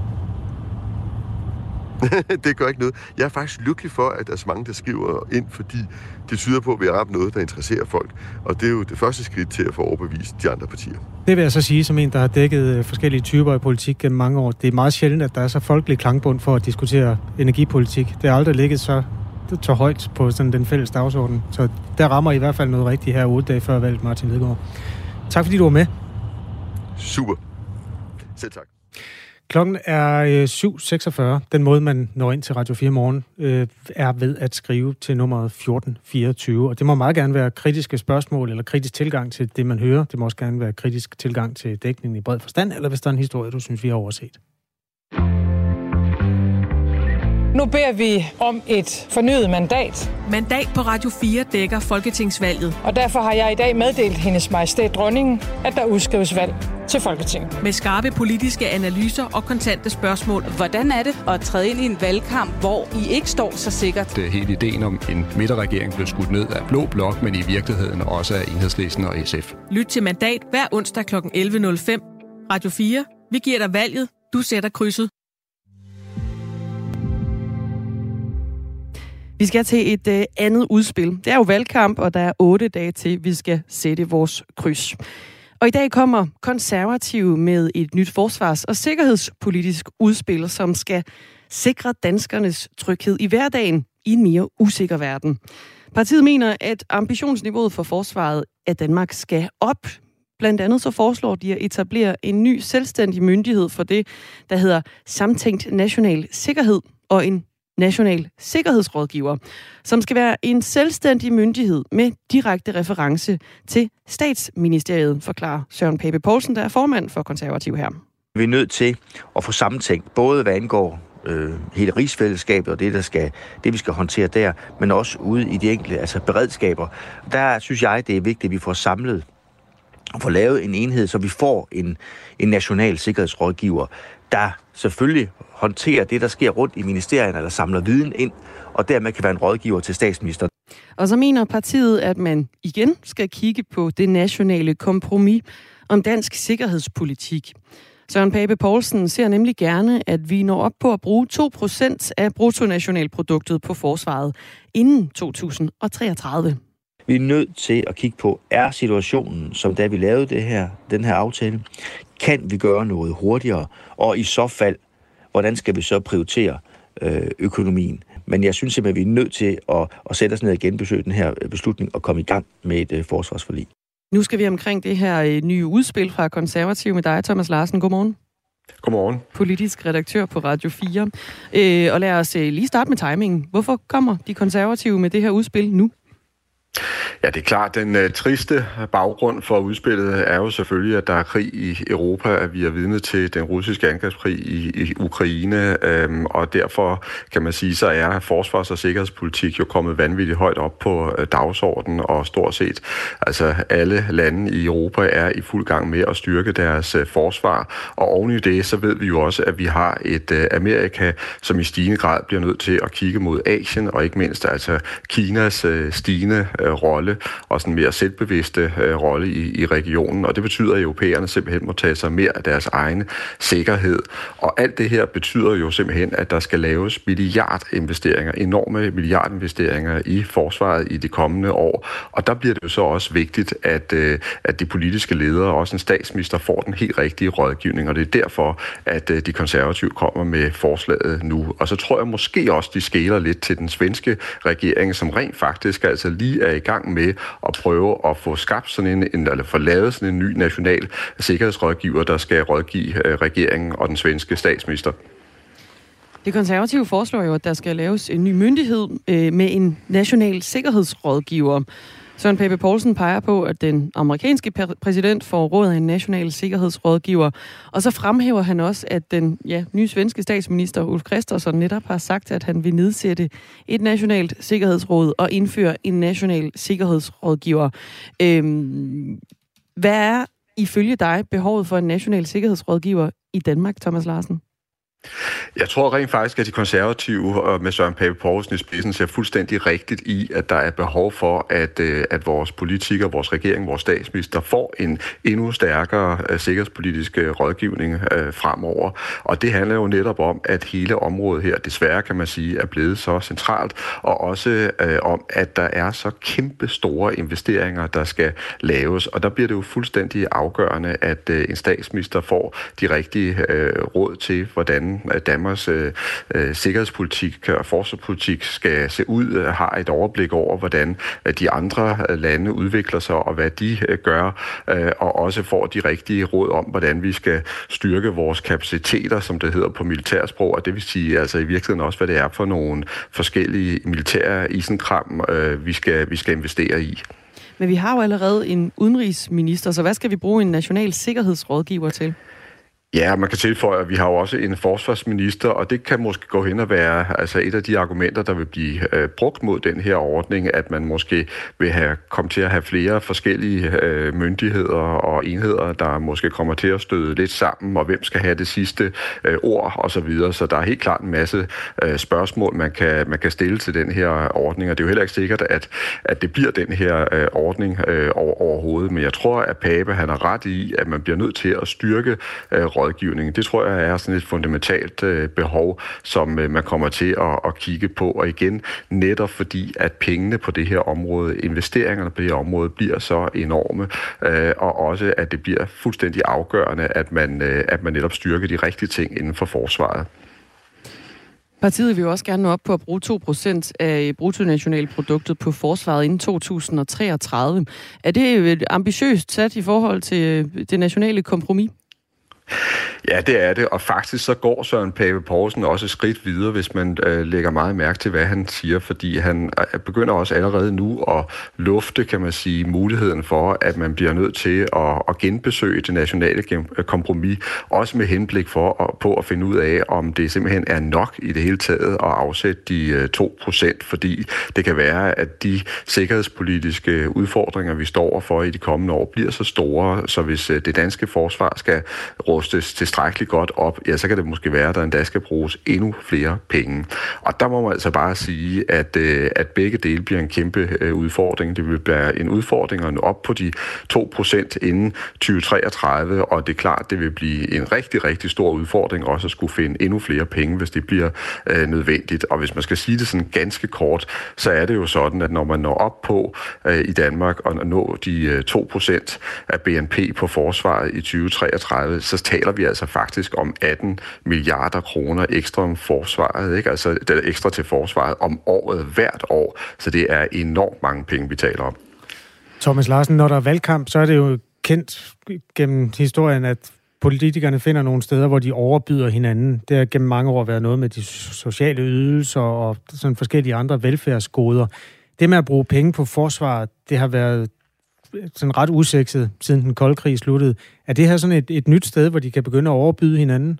Det gør ikke noget. Jeg er faktisk lykkelig for, at der er så mange, der skriver ind, fordi det tyder på, at vi har ramt noget, der interesserer folk. Og det er jo det første skridt til at få overbevist de andre partier. Det vil jeg så sige som en, der har dækket forskellige typer i politik gennem mange år. Det er meget sjældent, at der er så folkelig klangbund for at diskutere energipolitik. Det har aldrig ligget så, så højt på sådan den fælles dagsorden. Så der rammer I hvert fald noget rigtigt her otte dage før valget, Martin Lidegaard. Tak fordi du var med. Super. Selv tak. Klokken er øh, syv seksogfyrre. Den måde, man når ind til Radio fire Morgen, øh, er ved at skrive til nummeret fjorten fireogtyve. Og det må meget gerne være kritiske spørgsmål eller kritisk tilgang til det, man hører. Det må også gerne være kritisk tilgang til dækningen i bred forstand, eller hvis der er en historie, du synes, vi har overset. Nu beder vi om et fornyet mandat. Mandat på Radio fire dækker folketingsvalget. Og derfor har jeg i dag meddelt hendes majestæt dronningen, at der udskrives valg til Folketinget. Med skarpe politiske analyser og kontante spørgsmål. Hvordan er det at træde ind i en valgkamp, hvor I ikke står så sikkert? Det er hele ideen om en midterregering blev skudt ned af Blå Blok, men i virkeligheden også af Enhedslisten og S F. Lyt til Mandat hver onsdag klokken elleve nul fem. Radio fire. Vi giver dig valget. Du sætter krydset. Vi skal til et øh, andet udspil. Det er jo valgkamp, og der er otte dage til, vi skal sætte vores kryds. Og i dag kommer Konservative med et nyt forsvars- og sikkerhedspolitisk udspil, som skal sikre danskernes tryghed i hverdagen i en mere usikker verden. Partiet mener, at ambitionsniveauet for forsvaret af Danmark skal op. Blandt andet så foreslår de at etablere en ny selvstændig myndighed for det, der hedder Samtænkt National Sikkerhed, og en national sikkerhedsrådgiver, som skal være en selvstændig myndighed med direkte reference til Statsministeriet, forklarer Søren Pape Poulsen, der er formand for Konservativ her. Vi er nødt til at få sammentænkt, både hvad angår øh, hele rigsfællesskabet og det, der skal, det, vi skal håndtere der, men også ude i de enkelte altså beredskaber. Der synes jeg, det er vigtigt, at vi får samlet og får lavet en enhed, så vi får en, en national sikkerhedsrådgiver, der selvfølgelig håndterer det, der sker rundt i ministerierne, eller samler viden ind, og dermed kan være en rådgiver til statsministeren. Og så mener partiet, at man igen skal kigge på det nationale kompromis om dansk sikkerhedspolitik. Søren Pape Poulsen ser nemlig gerne, at vi når op på at bruge to procent af bruttonationalproduktet på forsvaret inden to tusind og treogtredive. Vi er nødt til at kigge på, er situationen, som da vi lavede det her, den her aftale, kan vi gøre noget hurtigere, og i så fald, hvordan skal vi så prioritere øh, økonomien? Men jeg synes simpelthen, at vi er nødt til at, at sætte os ned og genbesøge den her beslutning og komme i gang med et øh, forsvarsforlig. Nu skal vi omkring det her øh, nye udspil fra Konservativ med dig, Thomas Larsen. Godmorgen. Godmorgen. Politisk redaktør på Radio fire. Øh, og lad os øh, lige starte med timingen. Hvorfor kommer de konservative med det her udspil nu? Ja, det er klart. Den uh, triste baggrund for udspillet er jo selvfølgelig, at der er krig i Europa, at vi er vidne til den russiske angrebskrig i, i Ukraine, øhm, og derfor kan man sige, så er forsvars- og sikkerhedspolitik jo kommet vanvittigt højt op på uh, dagsordenen, og stort set altså alle lande i Europa er i fuld gang med at styrke deres uh, forsvar, og oven i det, så ved vi jo også, at vi har et uh, Amerika, som i stigende grad bliver nødt til at kigge mod Asien, og ikke mindst altså Kinas uh, stigende rolle og sådan mere selvbevidste øh, rolle i, i regionen, og det betyder, at europæerne simpelthen må tage sig mere af deres egen sikkerhed. Og alt det her betyder jo simpelthen, at der skal laves milliardinvesteringer, enorme milliardinvesteringer i forsvaret i de kommende år. Og der bliver det jo så også vigtigt, at, øh, at de politiske ledere, også en statsminister, får den helt rigtige rådgivning, og det er derfor, at øh, de konservative kommer med forslaget nu. Og så tror jeg måske også, de skeler lidt til den svenske regering, som rent faktisk altså lige er i gang med at prøve at få skabt sådan en, en eller få lavet sådan en ny national sikkerhedsrådgiver, der skal rådgive øh, regeringen og den svenske statsminister. Det konservative foreslår jo, at der skal laves en ny myndighed øh, med en national sikkerhedsrådgiver. Søren Pape Poulsen peger på, at den amerikanske præsident får råd af en national sikkerhedsrådgiver. Og så fremhæver han også, at den ja, nye svenske statsminister Ulf Kristersson netop har sagt, at han vil nedsætte et nationalt sikkerhedsråd og indføre en national sikkerhedsrådgiver. Øhm, hvad er ifølge dig behovet for en national sikkerhedsrådgiver i Danmark, Thomas Larsen? Jeg tror rent faktisk, at de konservative og med Søren Pape Poulsen i spidsen ser fuldstændig rigtigt i, at der er behov for, at, at vores politikere, vores regering, vores statsminister får en endnu stærkere uh, sikkerhedspolitisk uh, rådgivning uh, fremover. Og det handler jo netop om, at hele området her, desværre kan man sige, er blevet så centralt, og også uh, om, at der er så kæmpe store investeringer, der skal laves. Og der bliver det jo fuldstændig afgørende, at uh, en statsminister får de rigtige uh, råd til, hvordan at Danmarks øh, sikkerhedspolitik og forsvarspolitik skal se ud, har et overblik over, hvordan de andre lande udvikler sig, og hvad de øh, gør, øh, og også får de rigtige råd om, hvordan vi skal styrke vores kapaciteter, som det hedder på militærsprog, og det vil sige altså i virkeligheden også, hvad det er for nogle forskellige militære isenkram, øh, vi, skal, vi skal investere i. Men vi har jo allerede en udenrigsminister, så hvad skal vi bruge en national sikkerhedsrådgiver til? Ja, man kan tilføje, at vi har jo også en forsvarsminister, og det kan måske gå hen og være altså et af de argumenter, der vil blive øh, brugt mod den her ordning, at man måske vil have komme til at have flere forskellige øh, myndigheder og enheder, der måske kommer til at støde lidt sammen, og hvem skal have det sidste øh, ord og så videre. Så der er helt klart en masse øh, spørgsmål, man kan, man kan stille til den her ordning, og det er jo heller ikke sikkert, at, at det bliver den her øh, ordning øh, over, overhovedet. Men jeg tror, at Pape han har ret i, at man bliver nødt til at styrke øh, rådgivning. Det tror jeg er sådan et fundamentalt øh, behov, som øh, man kommer til at, at kigge på. Og igen, netop fordi, at pengene på det her område, investeringerne på det her område, bliver så enorme, øh, og også, at det bliver fuldstændig afgørende, at man, øh, at man netop styrker de rigtige ting inden for forsvaret. Partiet vil jo også gerne nå op på at bruge to procent af bruttonationalproduktet på forsvaret inden to tusind og treogtredive. Er det ambitiøst sat i forhold til det nationale kompromis? Ja, det er det, og faktisk så går Søren Pape Poulsen også et skridt videre, hvis man øh, lægger meget mærke til, hvad han siger, fordi han øh, begynder også allerede nu at lufte, kan man sige, muligheden for, at man bliver nødt til at, at genbesøge det nationale kompromis, også med henblik for at, på at finde ud af, om det simpelthen er nok i det hele taget at afsætte de øh, to procent, fordi det kan være, at de sikkerhedspolitiske udfordringer, vi står overfor i de kommende år, bliver så store, så hvis øh, det danske forsvar skal rustes tilstrækkeligt godt op, ja, så kan det måske være, at der endda skal bruges endnu flere penge. Og der må man altså bare sige, at, øh, at begge dele bliver en kæmpe øh, udfordring. Det vil være en udfordring at nå op på de to procent inden tyve treogtredive, og det er klart, det vil blive en rigtig, rigtig stor udfordring også at skulle finde endnu flere penge, hvis det bliver øh, nødvendigt. Og hvis man skal sige det sådan ganske kort, så er det jo sådan, at når man når op på øh, i Danmark og nå de øh, to procent af B N P på forsvaret i tyve treogtredive, så taler vi altså faktisk om atten milliarder kroner ekstra om forsvaret, ikke? Altså det er ekstra til forsvaret om året hvert år, så det er enormt mange penge, vi taler om. Thomas Larsen, når der er valgkamp, så er det jo kendt gennem historien, at politikerne finder nogle steder, hvor de overbyder hinanden. Det har gennem mange år været noget med de sociale ydelser og sådan forskellige andre velfærdsgoder. det med at bruge penge på forsvar, det har været sådan ret usekset, siden den kolde krig sluttede. Er det her sådan et, et nyt sted, hvor de kan begynde at overbyde hinanden?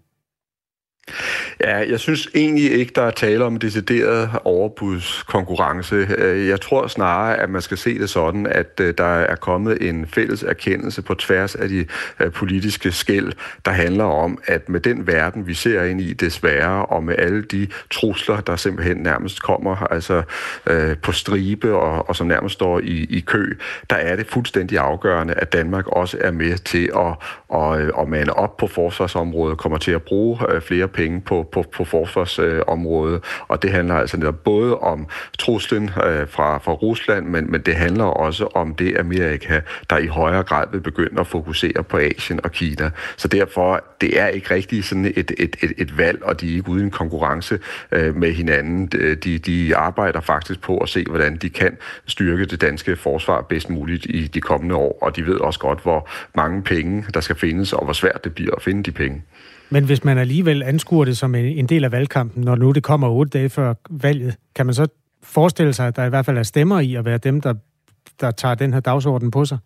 Ja, jeg synes egentlig ikke, der er tale om en decideret overbudskonkurrence. Jeg tror snarere, at man skal se det sådan, at der er kommet en fælles erkendelse på tværs af de politiske skel, der handler om, at med den verden, vi ser ind i desværre, og med alle de trusler, der simpelthen nærmest kommer altså øh, på stribe og, og som nærmest står i, i kø, der er det fuldstændig afgørende, at Danmark også er med til at, at, at mande op på forsvarsområdet, kommer til at bruge flere penge på, på, på forsvarsområdet, øh, og det handler altså netop både om truslen øh, fra, fra Rusland, men, men det handler også om det Amerika, der i højere grad vil begynde at fokusere på Asien og Kina. Så derfor, det er ikke rigtig sådan et, et, et, et valg, og de er ikke uden konkurrence øh, med hinanden. De, de arbejder faktisk på at se, hvordan de kan styrke det danske forsvar bedst muligt i de kommende år, og de ved også godt, hvor mange penge der skal findes, og hvor svært det bliver at finde de penge. Men hvis man alligevel anskuer det som en del af valgkampen, når nu det kommer otte dage før valget, kan man så forestille sig, at der i hvert fald er stemmer i at være dem, der, der tager den her dagsorden på sig?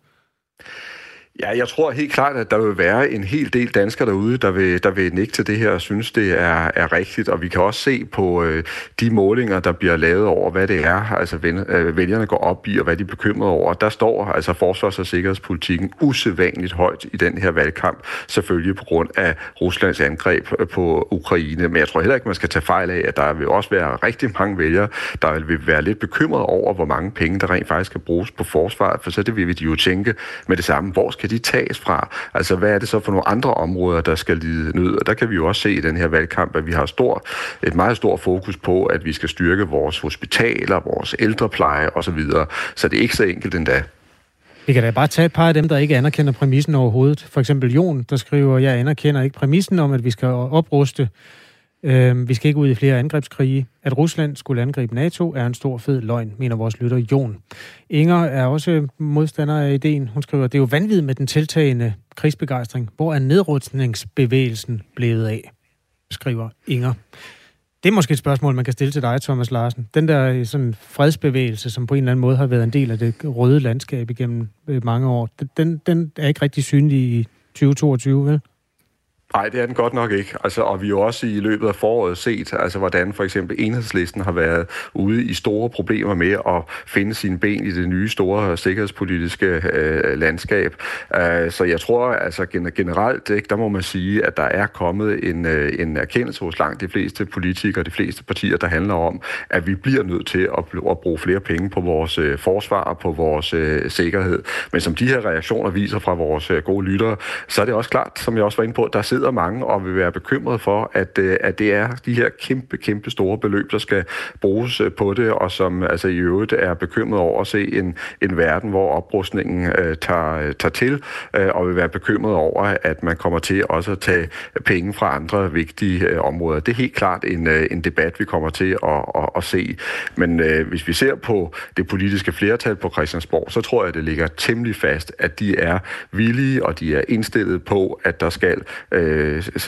Ja, jeg tror helt klart, at der vil være en hel del danskere derude, der vil, der vil nikke til det her og synes, det er, er rigtigt. Og vi kan også se på øh, de målinger, der bliver lavet over, hvad det er, altså ven, øh, vælgerne går op i, og hvad de er bekymrede over. Der står altså forsvars- og sikkerhedspolitikken usædvanligt højt i den her valgkamp, selvfølgelig på grund af Ruslands angreb på Ukraine. Men jeg tror heller ikke, man skal tage fejl af, at der vil også være rigtig mange vælgere, der vil være lidt bekymrede over, hvor mange penge, der rent faktisk skal bruges på forsvaret. For så det vil de jo tænke med det samme, hvor skal de tages fra? Altså, hvad er det så for nogle andre områder, der skal lide nød? Og der kan vi jo også se i den her valgkamp, at vi har stor, et meget stort fokus på, at vi skal styrke vores hospitaler, vores ældrepleje osv. Så det er ikke så enkelt endda. Vi kan da bare tage et par af dem, der ikke anerkender præmissen overhovedet. For eksempel Jon, der skriver, jeg anerkender ikke præmissen om, at vi skal opruste. Øh, vi skal ikke ud i flere angrebskrige. At Rusland skulle angribe NATO er en stor fed løgn, mener vores lytter Jon. Inger er også modstander af ideen. Hun skriver, det er jo vanvittigt med den tiltagende krigsbegejstring. Hvor er nedrustningsbevægelsen blevet af? Skriver Inger. Det er måske et spørgsmål, man kan stille til dig, Thomas Larsen. Den der sådan fredsbevægelse, som på en eller anden måde har været en del af det røde landskab igennem mange år, den, den er ikke rigtig synlig i tyve toogtyve, vel? Nej, det er den godt nok ikke. Altså, og vi har jo også i løbet af foråret set, altså, hvordan for eksempel Enhedslisten har været ude i store problemer med at finde sine ben i det nye store sikkerhedspolitiske øh, landskab. Uh, så jeg tror altså generelt, ikke, der må man sige, at der er kommet en, øh, en erkendelse hos langt de fleste politikere, de fleste partier, der handler om, at vi bliver nødt til at, at bruge flere penge på vores øh, forsvar og på vores øh, sikkerhed. Men som de her reaktioner viser fra vores øh, gode lyttere, så er det også klart, som jeg også var inde på, der sidder mange og vil være bekymret for, at, at det er de her kæmpe, kæmpe store beløb, der skal bruges på det, og som altså i øvrigt er bekymret over at se en, en verden, hvor oprustningen øh, tager, tager til, øh, og vil være bekymret over, at man kommer til også at tage penge fra andre vigtige øh, områder. Det er helt klart en, øh, en debat, vi kommer til at, at, at se. Men øh, hvis vi ser på det politiske flertal på Christiansborg, så tror jeg, det ligger temmelig fast, at de er villige, og de er indstillet på, at der skal øh,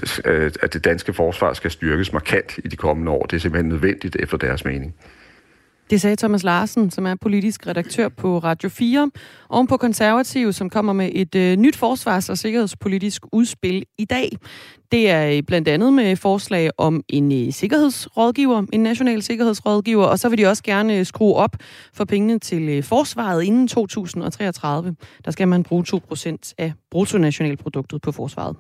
at det danske forsvar skal styrkes markant i de kommende år. Det er simpelthen nødvendigt efter deres mening. Det sagde Thomas Larsen, som er politisk redaktør på Radio fire, oven på Konservative, som kommer med et øh, nyt forsvars- og sikkerhedspolitisk udspil i dag. Det er blandt andet med forslag om en øh, sikkerhedsrådgiver, en national sikkerhedsrådgiver, og så vil de også gerne skrue op for pengene til øh, forsvaret inden to tusind treogtredive. Der skal man bruge to procent af bruttonationalproduktet på forsvaret.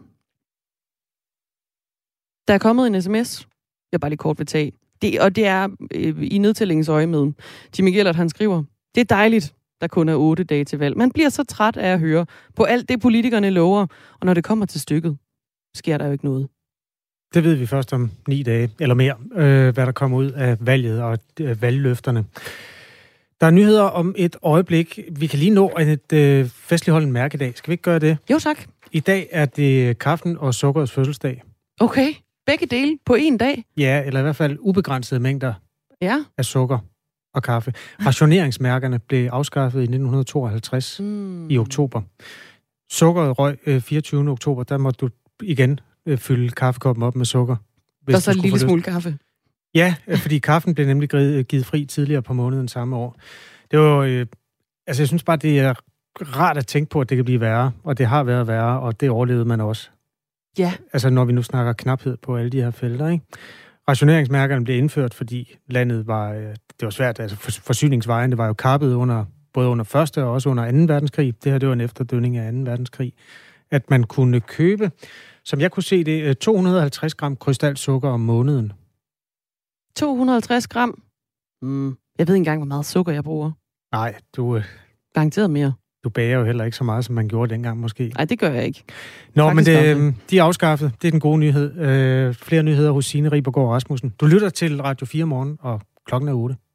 Der er kommet en sms, jeg bare lige kort vil tage. Det, og det er øh, i nedtællingens øje med. Jimmy Gellert, han skriver, det er dejligt, der kun er otte dage til valg. Man bliver så træt af at høre på alt det, politikerne lover, og når det kommer til stykket, sker der jo ikke noget. Det ved vi først om ni dage, eller mere, øh, hvad der kommer ud af valget og øh, valgløfterne. Der er nyheder om et øjeblik. Vi kan lige nå et øh, festligholden mærkedag. Skal vi ikke gøre det? Jo, tak. I dag er det kaffen og sukkerets fødselsdag. Okay. Begge dele på en dag? Ja, eller i hvert fald ubegrænsede mængder ja. af sukker og kaffe. Rationeringsmærkerne blev afskaffet i nitten tooghalvtreds mm. i oktober. Sukkeret røg øh, fireogtyvende oktober, der måtte du igen øh, fylde kaffekoppen op med sukker. Der er så en lille smule kaffe. Ja, fordi kaffen blev nemlig givet fri tidligere på måneden samme år. Det var øh, altså jeg synes bare, det er rart at tænke på, at det kan blive værre, og det har været værre, og det overlevede man også. Ja. Altså når vi nu snakker knaphed på alle de her felter, ikke? Rationeringsmærkerne blev indført, fordi landet var, øh, det var svært, altså forsyningsvejen, det var jo kappet under, både under første og også under anden verdenskrig. Det her, det var en efterdønning af anden verdenskrig. At man kunne købe, som jeg kunne se det, to hundrede og halvtreds gram krystalsukker om måneden. to hundrede og halvtreds gram? Mm, jeg ved ikke engang, hvor meget sukker jeg bruger. Nej, du... Øh, Garanteret mere. Du bager jo heller ikke så meget, som man gjorde dengang måske. Nej, det gør jeg ikke. Nå, Faktisk men det, de er afskaffet. Det er den gode nyhed. Øh, flere nyheder hos Signe Ribergaard Rasmussen. Du lytter til Radio fire morgen, og klokken er otte.